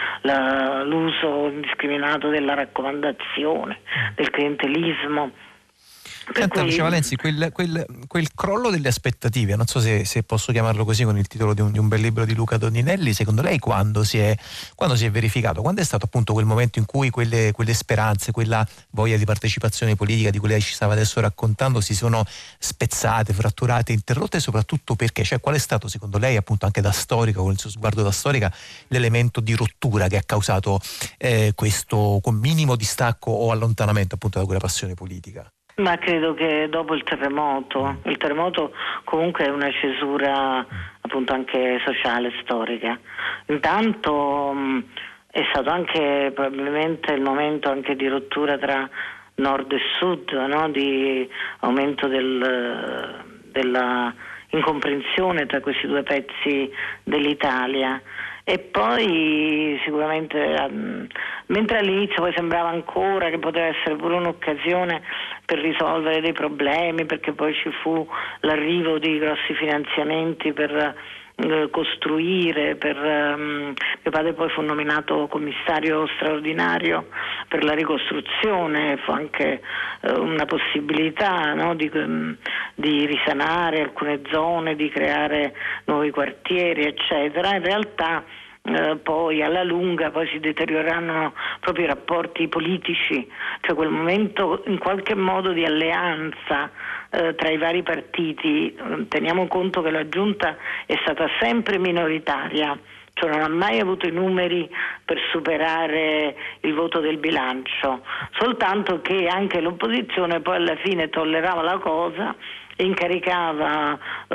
l'uso indiscriminato della raccomandazione, del clientelismo. Senta, Lucia Valenzi, quel crollo delle aspettative, non so se posso chiamarlo così con il titolo di un bel libro di Luca Doninelli, secondo lei quando si è verificato? Quando è stato appunto quel momento in cui quelle speranze, quella voglia di partecipazione politica di cui lei ci stava adesso raccontando, si sono spezzate, fratturate, interrotte, e soprattutto perché? Cioè, qual è stato secondo lei, appunto anche da storica, con il suo sguardo da storica, l'elemento di rottura che ha causato questo minimo distacco o allontanamento appunto da quella passione politica? Ma credo che dopo il terremoto comunque è una cesura appunto anche sociale, storica. Intanto è stato anche probabilmente il momento anche di rottura tra nord e sud, no? Di aumento della incomprensione tra questi due pezzi dell'Italia. E poi sicuramente, mentre all'inizio poi sembrava ancora che poteva essere pure un'occasione per risolvere dei problemi, perché poi ci fu l'arrivo di grossi finanziamenti per costruire, mio padre poi fu nominato commissario straordinario per la ricostruzione, fu anche una possibilità, no, di risanare alcune zone, di creare nuovi quartieri, eccetera. In realtà poi alla lunga poi si deterioreranno proprio i rapporti politici, cioè quel momento in qualche modo di alleanza tra i vari partiti. Teniamo conto che la giunta è stata sempre minoritaria, cioè non ha mai avuto i numeri per superare il voto del bilancio, soltanto che anche l'opposizione poi alla fine tollerava la cosa e incaricava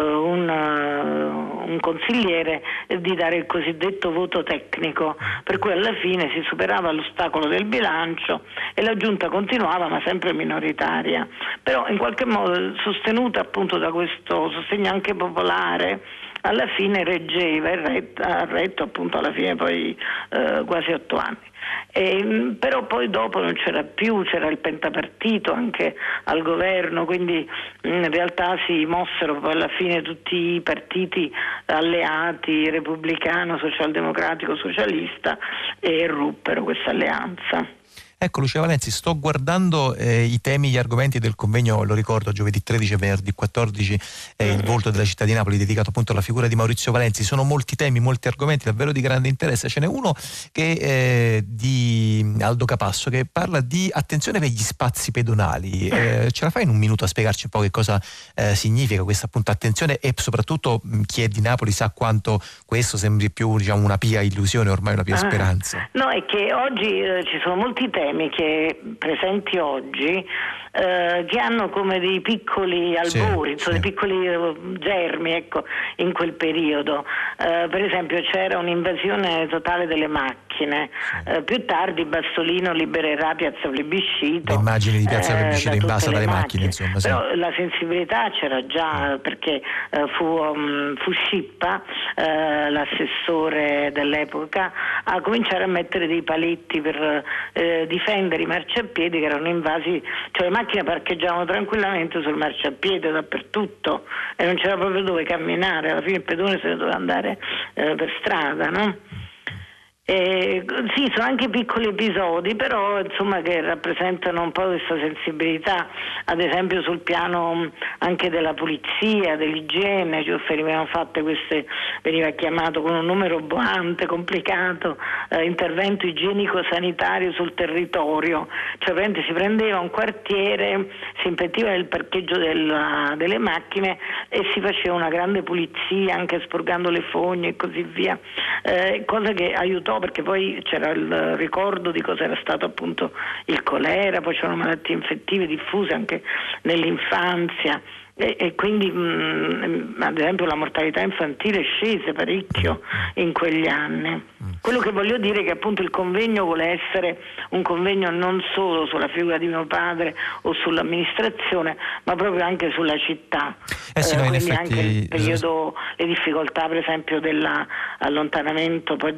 un consigliere di dare il cosiddetto voto tecnico, per cui alla fine si superava l'ostacolo del bilancio e la giunta continuava, ma sempre minoritaria, però in qualche modo sostenuta appunto da questo sostegno anche popolare, alla fine reggeva e ha retto appunto alla fine poi quasi 8 anni. Però poi dopo non c'era più, c'era il pentapartito anche al governo, quindi in realtà si mossero poi alla fine tutti i partiti alleati, repubblicano, socialdemocratico, socialista, e ruppero questa alleanza. Ecco, Lucia Valenzi, sto guardando i temi, gli argomenti del convegno, lo ricordo, giovedì 13 e venerdì 14, il volto della città di Napoli, dedicato appunto alla figura di Maurizio Valenzi. Sono molti temi, molti argomenti davvero di grande interesse. Ce n'è uno che è di Aldo Capasso, che parla di attenzione per gli spazi pedonali. Ce la fai in un minuto a spiegarci un po' che cosa significa questa appunto attenzione, e soprattutto chi è di Napoli sa quanto questo sembri più, diciamo, una pia illusione, ormai una pia speranza. No, è che oggi ci sono molti temi che presenti oggi che hanno come dei piccoli albori, dei piccoli germi, ecco, in quel periodo. Per esempio c'era un'invasione totale delle macchine, più tardi Bassolino libererà Piazza Plebiscito. Le immagini di Piazza Plebiscito invasa dalle macchine, insomma. Sì. Però la sensibilità c'era già, perché fu Scippa, l'assessore dell'epoca, a cominciare a mettere dei paletti per difendere i marciapiedi che erano invasi, cioè le macchine parcheggiavano tranquillamente sul marciapiede dappertutto e non c'era proprio dove camminare, alla fine il pedone se ne doveva andare per strada, no? Sì, sono anche piccoli episodi, però insomma che rappresentano un po' questa sensibilità, ad esempio sul piano anche della pulizia, dell'igiene, venivano fatte queste, veniva chiamato con un nome roboante, complicato, intervento igienico-sanitario sul territorio, cioè si prendeva un quartiere, si impediva il parcheggio delle macchine e si faceva una grande pulizia anche sporgando le fogne e così via, cosa che aiutò, perché poi c'era il ricordo di cosa era stato appunto il colera, poi c'erano malattie infettive diffuse anche nell'infanzia e quindi ad esempio la mortalità infantile scese parecchio in quegli anni. Quello che voglio dire è che appunto il convegno vuole essere un convegno non solo sulla figura di mio padre o sull'amministrazione, ma proprio anche sulla città. Sì, quindi effetti, anche il periodo, le difficoltà per esempio dell'allontanamento poi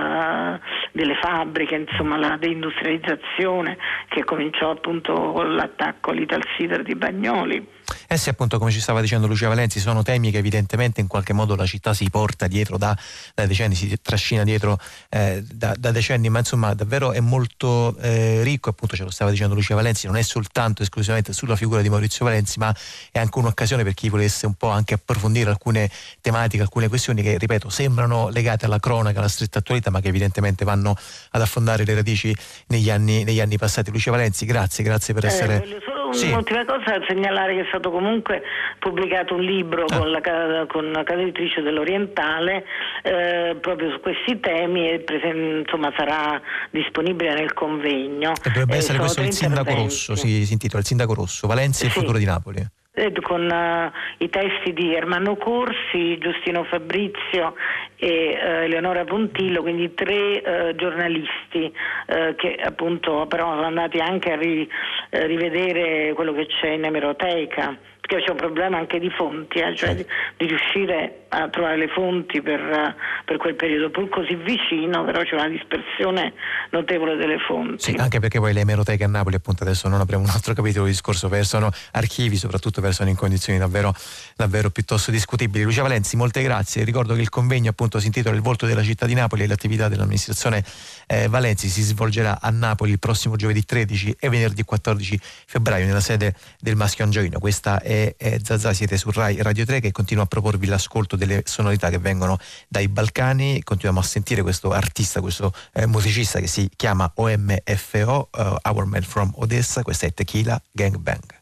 delle fabbriche, insomma la deindustrializzazione che cominciò appunto con l'attacco all'Italsider di Bagnoli. Sì, appunto, come ci stava dicendo Lucia Valenzi, sono temi che evidentemente in qualche modo la città si porta dietro da decenni, si trascina dietro da decenni, ma insomma davvero è molto ricco, appunto ce lo stava dicendo Lucia Valenzi, non è soltanto esclusivamente sulla figura di Maurizio Valenzi, ma è anche un'occasione per chi volesse un po' anche approfondire alcune tematiche, alcune questioni che, ripeto, sembrano legate alla cronaca, alla stretta attualità, ma che evidentemente vanno ad affondare le radici negli anni passati. Lucia Valenzi, grazie per essere... Voglio solo un'ultima cosa, segnalare che è stato comunque pubblicato un libro con la casa editrice dell'Orientale proprio su questi temi e insomma sarà disponibile nel convegno. E dovrebbe essere questo il Sindaco Rosso, si intitola Il Sindaco Rosso, Valenzi e il futuro di Napoli. Con i testi di Ermanno Corsi, Giustino Fabrizio e Eleonora Pontillo, quindi 3 giornalisti che appunto però sono andati anche a rivedere quello che c'è in emeroteca, perché c'è un problema anche di fonti, cioè di riuscire a trovare le fonti per quel periodo, pur così vicino, però c'è una dispersione notevole delle fonti. Sì, anche perché poi le emeroteche a Napoli, appunto adesso non apriamo un altro capitolo di discorso, versano archivi, soprattutto versano in condizioni davvero piuttosto discutibili. Lucia Valenzi, molte grazie. Ricordo che il convegno appunto si intitola Il volto della città di Napoli e l'attività dell'amministrazione Valenzi si svolgerà a Napoli il prossimo giovedì 13 e venerdì 14 febbraio nella sede del Maschio Angioino. Questa è e Zazà, siete su Rai Radio 3 che continua a proporvi l'ascolto delle sonorità che vengono dai Balcani. Continuiamo a sentire questo artista, questo musicista che si chiama OMFO, Our Man from Odessa. Questa è Tequila Gang Bang.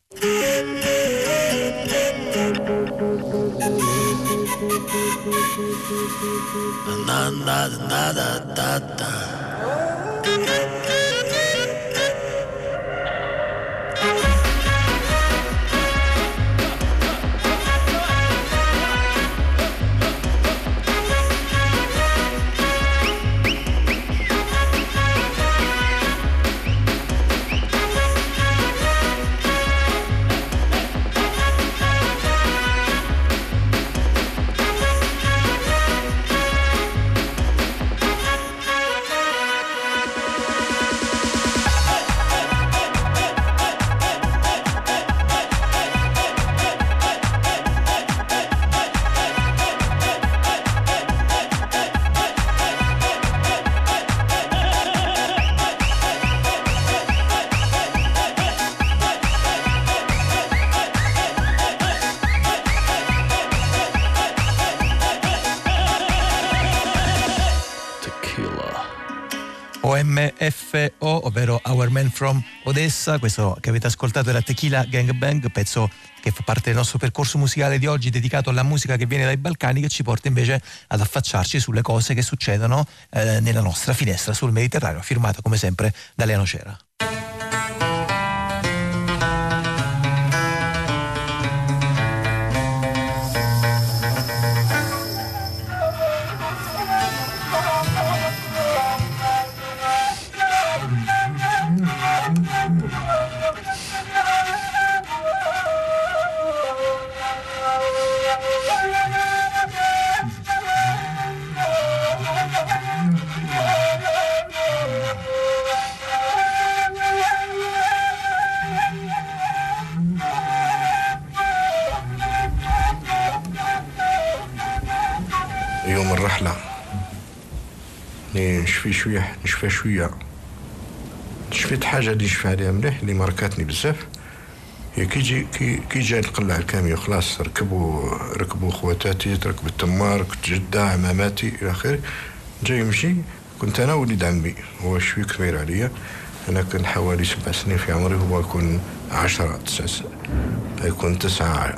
OMFO, ovvero Our Man from Odessa. Questo che avete ascoltato era Tequila Gang Bang, pezzo che fa parte del nostro percorso musicale di oggi dedicato alla musica che viene dai Balcani, che ci porta invece ad affacciarci sulle cose che succedono nella nostra finestra sul Mediterraneo, firmata come sempre da Lea Nocera. يوم الرحلة نشفى شوية شفيت حاجة اللي نشفى عليها مليح اللي ماركاتني بزاف هي كي جاي نقلع الكاميو خلاص ركبوا خواتاتي، ركب التمار، كنت جدة عماماتي إلى آخره، جاي يمشي كنت أنا وليد عمي هو شوي كبير عليا، أنا كنت حوالي 7 سنين في عمري، هو يكون 9 يكون 9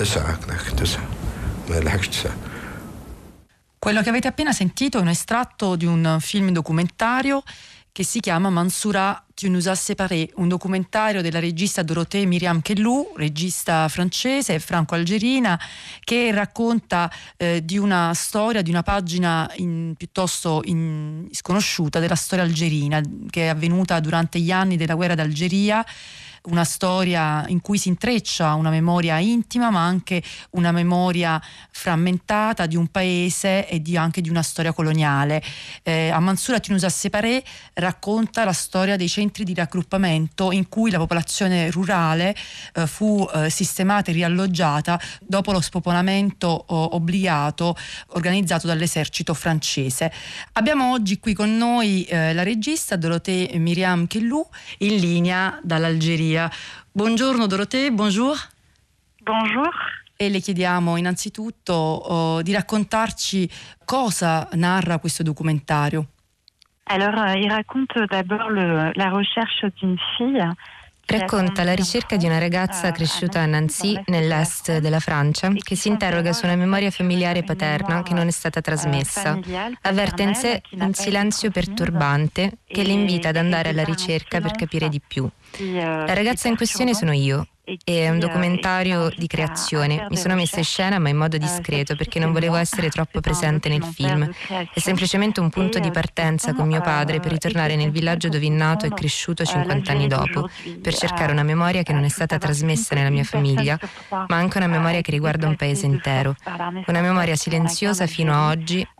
ما لحقش 9. Quello che avete appena sentito è un estratto di un film documentario che si chiama Mansoura, tu nous as séparés, un documentario della regista Dorothée Myriam Kellou, regista francese, franco-algerina, che racconta di una storia, di una pagina piuttosto sconosciuta della storia algerina, che è avvenuta durante gli anni della guerra d'Algeria. Una storia in cui si intreccia una memoria intima ma anche una memoria frammentata di un paese e anche di una storia coloniale. A Mansoura tu nous as séparés racconta la storia dei centri di raggruppamento in cui la popolazione rurale fu sistemata e rialloggiata dopo lo spopolamento obbligato organizzato dall'esercito francese. Abbiamo oggi qui con noi la regista Dorothée Myriam Kellou in linea dall'Algeria. Buongiorno Dorothée, bonjour. Bonjour. E le chiediamo innanzitutto di raccontarci cosa narra questo documentario. Alors, il raconte d'abord la recherche d'une fille. Racconta la ricerca di una ragazza cresciuta a Nancy, nell'est della Francia, che si interroga su una memoria familiare paterna che non è stata trasmessa. Avverte in sé un silenzio perturbante che le invita ad andare alla ricerca per capire di più. La ragazza in questione sono io. È un documentario di creazione. Mi sono messa in scena ma in modo discreto perché non volevo essere troppo presente nel film. È semplicemente un punto di partenza con mio padre per ritornare nel villaggio dove è nato e cresciuto 50 anni dopo, per cercare una memoria che non è stata trasmessa nella mia famiglia, ma anche una memoria che riguarda un paese intero. Una memoria silenziosa fino a oggi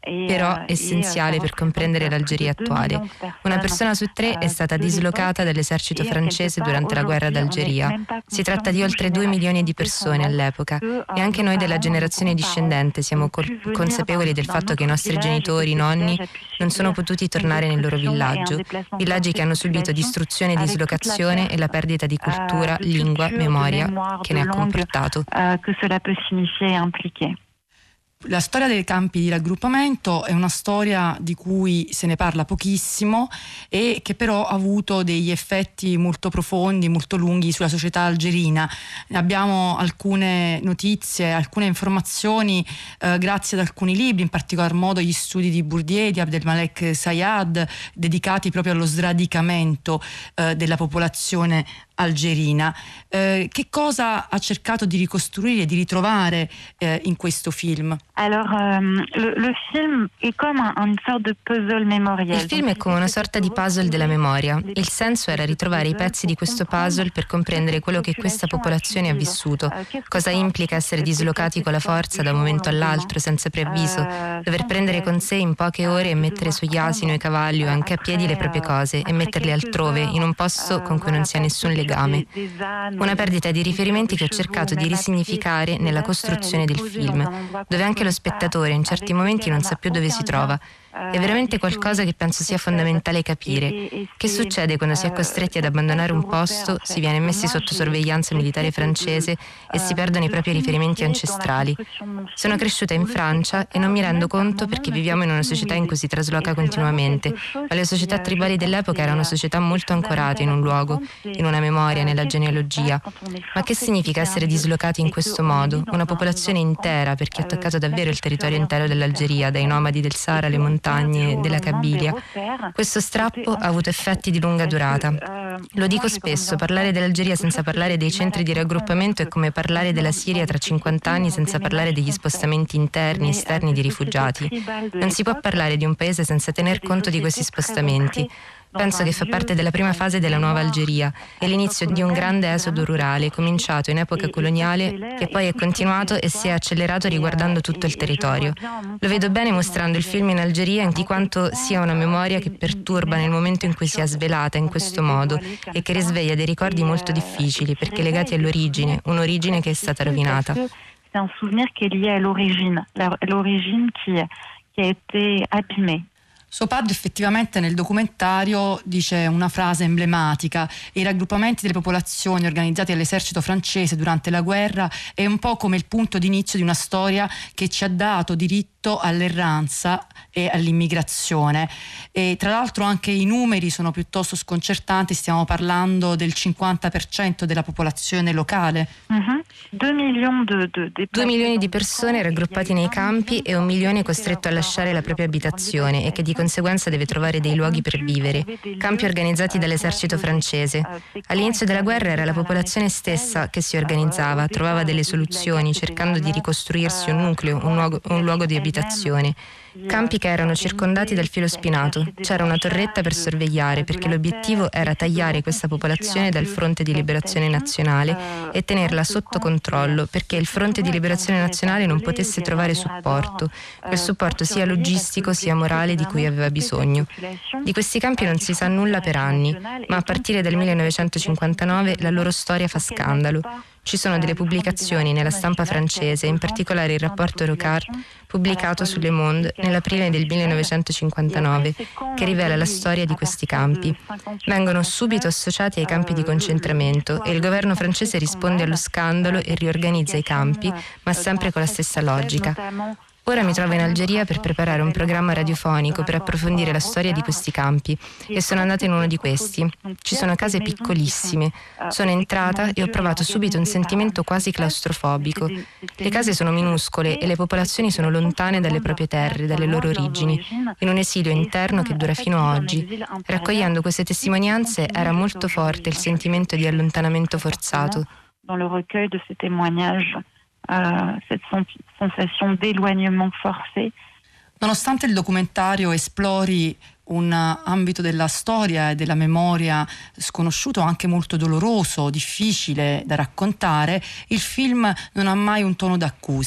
però essenziale per comprendere l'Algeria attuale. Una persona su 3 è stata dislocata dall'esercito francese durante la guerra d'Algeria. Si tratta di oltre 2 milioni di persone all'epoca e anche noi della generazione discendente siamo consapevoli del fatto che i nostri genitori, nonni non sono potuti tornare nel loro villaggio, villaggi che hanno subito distruzione, dislocazione e la perdita di cultura, lingua, memoria che ne ha comportato. La storia dei campi di raggruppamento è una storia di cui se ne parla pochissimo e che però ha avuto degli effetti molto profondi, molto lunghi sulla società algerina. Abbiamo alcune notizie, alcune informazioni grazie ad alcuni libri, in particolar modo gli studi di Bourdieu, di Abdelmalek Sayad, dedicati proprio allo sradicamento della popolazione algerina. Che cosa ha cercato di ricostruire, di ritrovare in questo film? Alors, le film è come une sorte de puzzle mémoriel. Il film è come una sorta di puzzle della memoria. Il senso era ritrovare i pezzi di questo puzzle per comprendere quello che questa popolazione ha vissuto, cosa implica essere dislocati con la forza da un momento all'altro senza preavviso, dover prendere con sé in poche ore e mettere sugli asini o i cavalli o anche a piedi le proprie cose e metterle altrove, in un posto con cui non si ha nessun legame. Una perdita di riferimenti che ho cercato di risignificare nella costruzione del film, dove anche lo spettatore in certi momenti non sa più dove si trova. È veramente qualcosa che penso sia fondamentale capire. Che succede quando si è costretti ad abbandonare un posto, si viene messi sotto sorveglianza militare francese e si perdono i propri riferimenti ancestrali? Sono cresciuta in Francia e non mi rendo conto perché viviamo in una società in cui si trasloca continuamente, ma le società tribali dell'epoca erano società molto ancorate in un luogo, in una memoria, nella genealogia. Ma che significa essere dislocati in questo modo? Una popolazione intera, perché ha toccato davvero il territorio intero dell'Algeria, dai nomadi del Sahara alle montagne della Kabylia. Questo strappo ha avuto effetti di lunga durata. Lo dico spesso, parlare dell'Algeria senza parlare dei centri di raggruppamento è come parlare della Siria tra 50 anni senza parlare degli spostamenti interni e esterni di rifugiati. Non si può parlare di un paese senza tener conto di questi spostamenti. Penso che fa parte della prima fase della nuova Algeria e l'inizio di un grande esodo rurale cominciato in epoca coloniale che poi è continuato e si è accelerato riguardando tutto il territorio. Lo vedo bene mostrando il film in Algeria di quanto sia una memoria che perturba nel momento in cui sia svelata in questo modo e che risveglia dei ricordi molto difficili perché legati all'origine, un'origine che è stata rovinata. C'est un souvenir qui est lié à l'origine qui a été abîmée. Suo padre effettivamente nel documentario dice una frase emblematica: i raggruppamenti delle popolazioni organizzati dall'esercito francese durante la guerra è un po' come il punto d'inizio di una storia che ci ha dato diritto all'erranza e all'immigrazione. E tra l'altro anche i numeri sono piuttosto sconcertanti, stiamo parlando del 50% della popolazione locale. 2 milioni di persone raggruppati nei campi e 1 milione costretto a lasciare la propria abitazione e che di conseguenza deve trovare dei luoghi per vivere. Campi organizzati dall'esercito francese. All'inizio della guerra era la popolazione stessa che si organizzava, trovava delle soluzioni, cercando di ricostruirsi un nucleo, un luogo di abitazione. Campi che erano circondati dal filo spinato. C'era una torretta per sorvegliare, perché l'obiettivo era tagliare questa popolazione dal Fronte di Liberazione Nazionale e tenerla sotto controllo, perché il Fronte di Liberazione Nazionale non potesse trovare supporto, quel supporto sia logistico sia morale di cui aveva bisogno. Di questi campi non si sa nulla per anni, ma a partire dal 1959 la loro storia fa scandalo. Ci sono delle pubblicazioni nella stampa francese, in particolare il rapporto Rocard, pubblicato su Le Monde nell'aprile del 1959, che rivela la storia di questi campi. Vengono subito associati ai campi di concentramento e il governo francese risponde allo scandalo e riorganizza i campi, ma sempre con la stessa logica. Ora mi trovo in Algeria per preparare un programma radiofonico per approfondire la storia di questi campi e sono andata in uno di questi. Ci sono case piccolissime. Sono entrata e ho provato subito un sentimento quasi claustrofobico. Le case sono minuscole e le popolazioni sono lontane dalle proprie terre, dalle loro origini, in un esilio interno che dura fino a oggi. Raccogliendo queste testimonianze era molto forte il sentimento di allontanamento forzato. Dans le recueil de ces témoignages, cette sensation d'éloignement forcé. Nonostante il documentario esplori un ambito della storia e della memoria sconosciuto, anche molto doloroso, difficile da raccontare, il film non ha mai un tono d'accusa.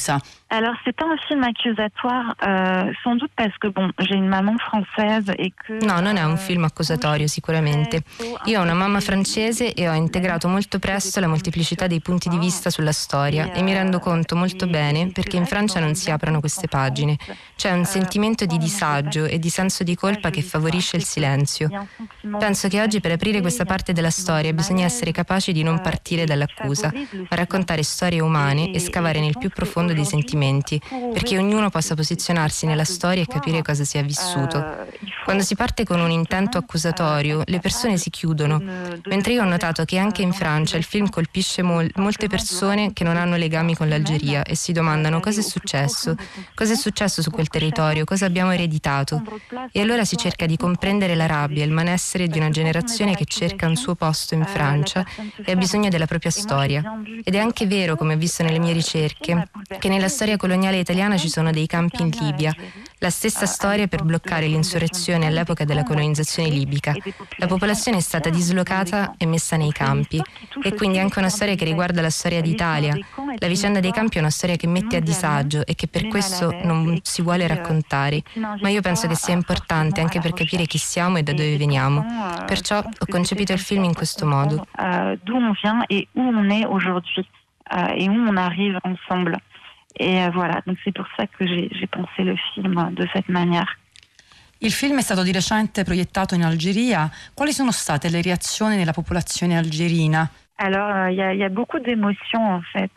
Alors, c'est un film accusatoire, sans doute parce que, bon, j'ai une maman française et que... No, non è un film accusatorio sicuramente. Io ho una mamma francese e ho integrato molto presto la molteplicità dei punti di vista sulla storia e mi rendo conto molto bene perché in Francia non si aprono queste pagine. C'è un sentimento di disagio e di senso di colpa che favorisce il silenzio. Penso che oggi per aprire questa parte della storia bisogna essere capaci di non partire dall'accusa, ma raccontare storie umane e scavare nel più profondo dei sentimenti, perché ognuno possa posizionarsi nella storia e capire cosa si è vissuto. Quando si parte con un intento accusatorio, le persone si chiudono, mentre io ho notato che anche in Francia il film colpisce molte persone che non hanno legami con l'Algeria e si domandano cosa è successo su quel territorio, cosa abbiamo ereditato. E allora si cerca di comprendere la rabbia e il malessere di una generazione che cerca un suo posto in Francia e ha bisogno della propria storia. Ed è anche vero, come ho visto nelle mie ricerche, che nella storia coloniale italiana ci sono dei campi in Libia, la stessa storia per bloccare l'insurrezione all'epoca della colonizzazione libica. La popolazione è stata dislocata e messa nei campi, e quindi è anche una storia che riguarda la storia d'Italia. La vicenda dei campi è una storia che mette a disagio e che per questo non si vuole raccontare, ma io penso che sia importante anche per capire chi siamo e da dove veniamo. Perciò ho concepito il film in questo modo. D'où on vient et où on est aujourd'hui et où on arrive ensemble. Et voilà, donc c'est pour ça que j'ai pensé le film de cette manière. Il film è stato di recente proiettato in Algeria. Quali sono state le reazioni della popolazione algerina? Alors, il y a beaucoup d'émotions en fait.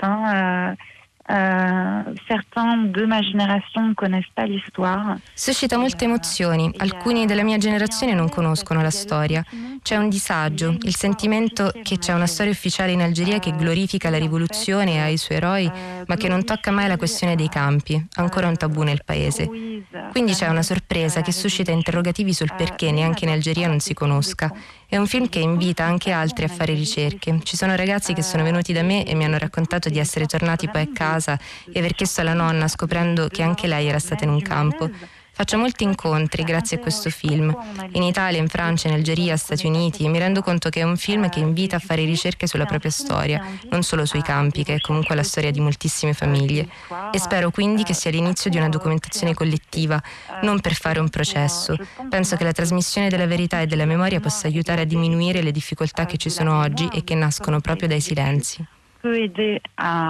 Certains de ma génération ne connaissent pas l'histoire. Suscita molte emozioni. Alcuni della mia generazione non conoscono la storia. C'è un disagio, il sentimento che c'è una storia ufficiale in Algeria che glorifica la rivoluzione e ha i suoi eroi, ma che non tocca mai la questione dei campi, ancora un tabù nel paese. Quindi c'è una sorpresa che suscita interrogativi sul perché neanche in Algeria non si conosca. È un film che invita anche altri a fare ricerche. Ci sono ragazzi che sono venuti da me e mi hanno raccontato di essere tornati poi a casa e aver chiesto alla nonna, scoprendo che anche lei era stata in un campo. Faccio molti incontri grazie a questo film, in Italia, in Francia, in Algeria, Stati Uniti, e mi rendo conto che è un film che invita a fare ricerche sulla propria storia, non solo sui campi, che è comunque la storia di moltissime famiglie. E spero quindi che sia l'inizio di una documentazione collettiva, non per fare un processo. Penso che la trasmissione della verità e della memoria possa aiutare a diminuire le difficoltà che ci sono oggi e che nascono proprio dai silenzi. Peut aider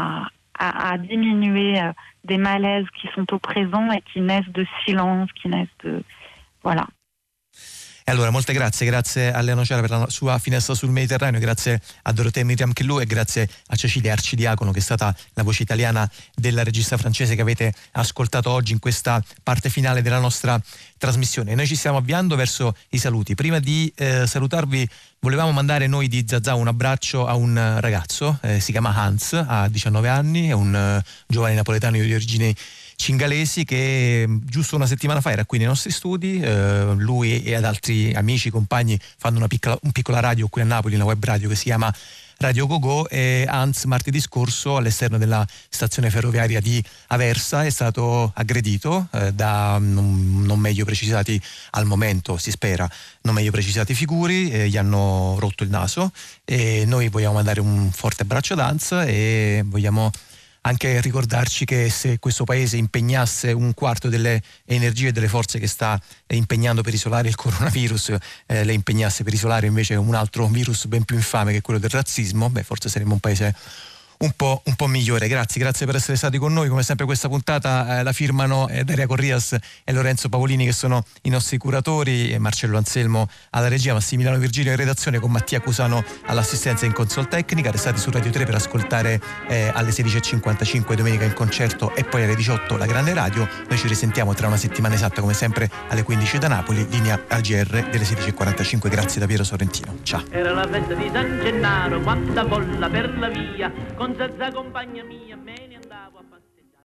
à diminuer des malaises qui sont au présent et qui naissent de silence, qui naissent de... Voilà. E allora molte grazie a Lea Nocera per la sua finestra sul Mediterraneo, grazie a Dorothée Miriam Kellù e grazie a Cecilia Arcidiacono, che è stata la voce italiana della regista francese che avete ascoltato oggi in questa parte finale della nostra trasmissione. Noi ci stiamo avviando verso i saluti. Prima di salutarvi volevamo mandare noi di Zazà un abbraccio a un ragazzo, si chiama Hans, ha 19 anni, è un giovane napoletano di origini cingalesi che giusto una settimana fa era qui nei nostri studi. Lui e ad altri amici, compagni fanno un piccola radio qui a Napoli, una web radio che si chiama Radio Gogò, e Hans martedì scorso all'esterno della stazione ferroviaria di Aversa è stato aggredito da non meglio precisati, al momento si spera, non meglio precisati figuri, gli hanno rotto il naso, e noi vogliamo mandare un forte abbraccio ad Hans e vogliamo anche ricordarci che se questo paese impegnasse un quarto delle energie e delle forze che sta impegnando per isolare il coronavirus, le impegnasse per isolare invece un altro virus ben più infame che è quello del razzismo, forse saremmo un paese un po' migliore. Grazie per essere stati con noi. Come sempre questa puntata la firmano Daria Corrias e Lorenzo Pavolini, che sono i nostri curatori, e Marcello Anselmo alla regia, Massimiliano Virgilio in redazione, con Mattia Cusano all'assistenza in console tecnica. Restate su Radio 3 per ascoltare alle 16.55 domenica in concerto e poi alle 18 la Grande Radio. Noi ci risentiamo tra una settimana esatta, come sempre alle 15 da Napoli, linea al GR delle 16.45. Grazie da Piero Sorrentino, ciao. Era la festa di San Gennaro, quanta bolla per la via, con Zazà compagna mia me ne andavo a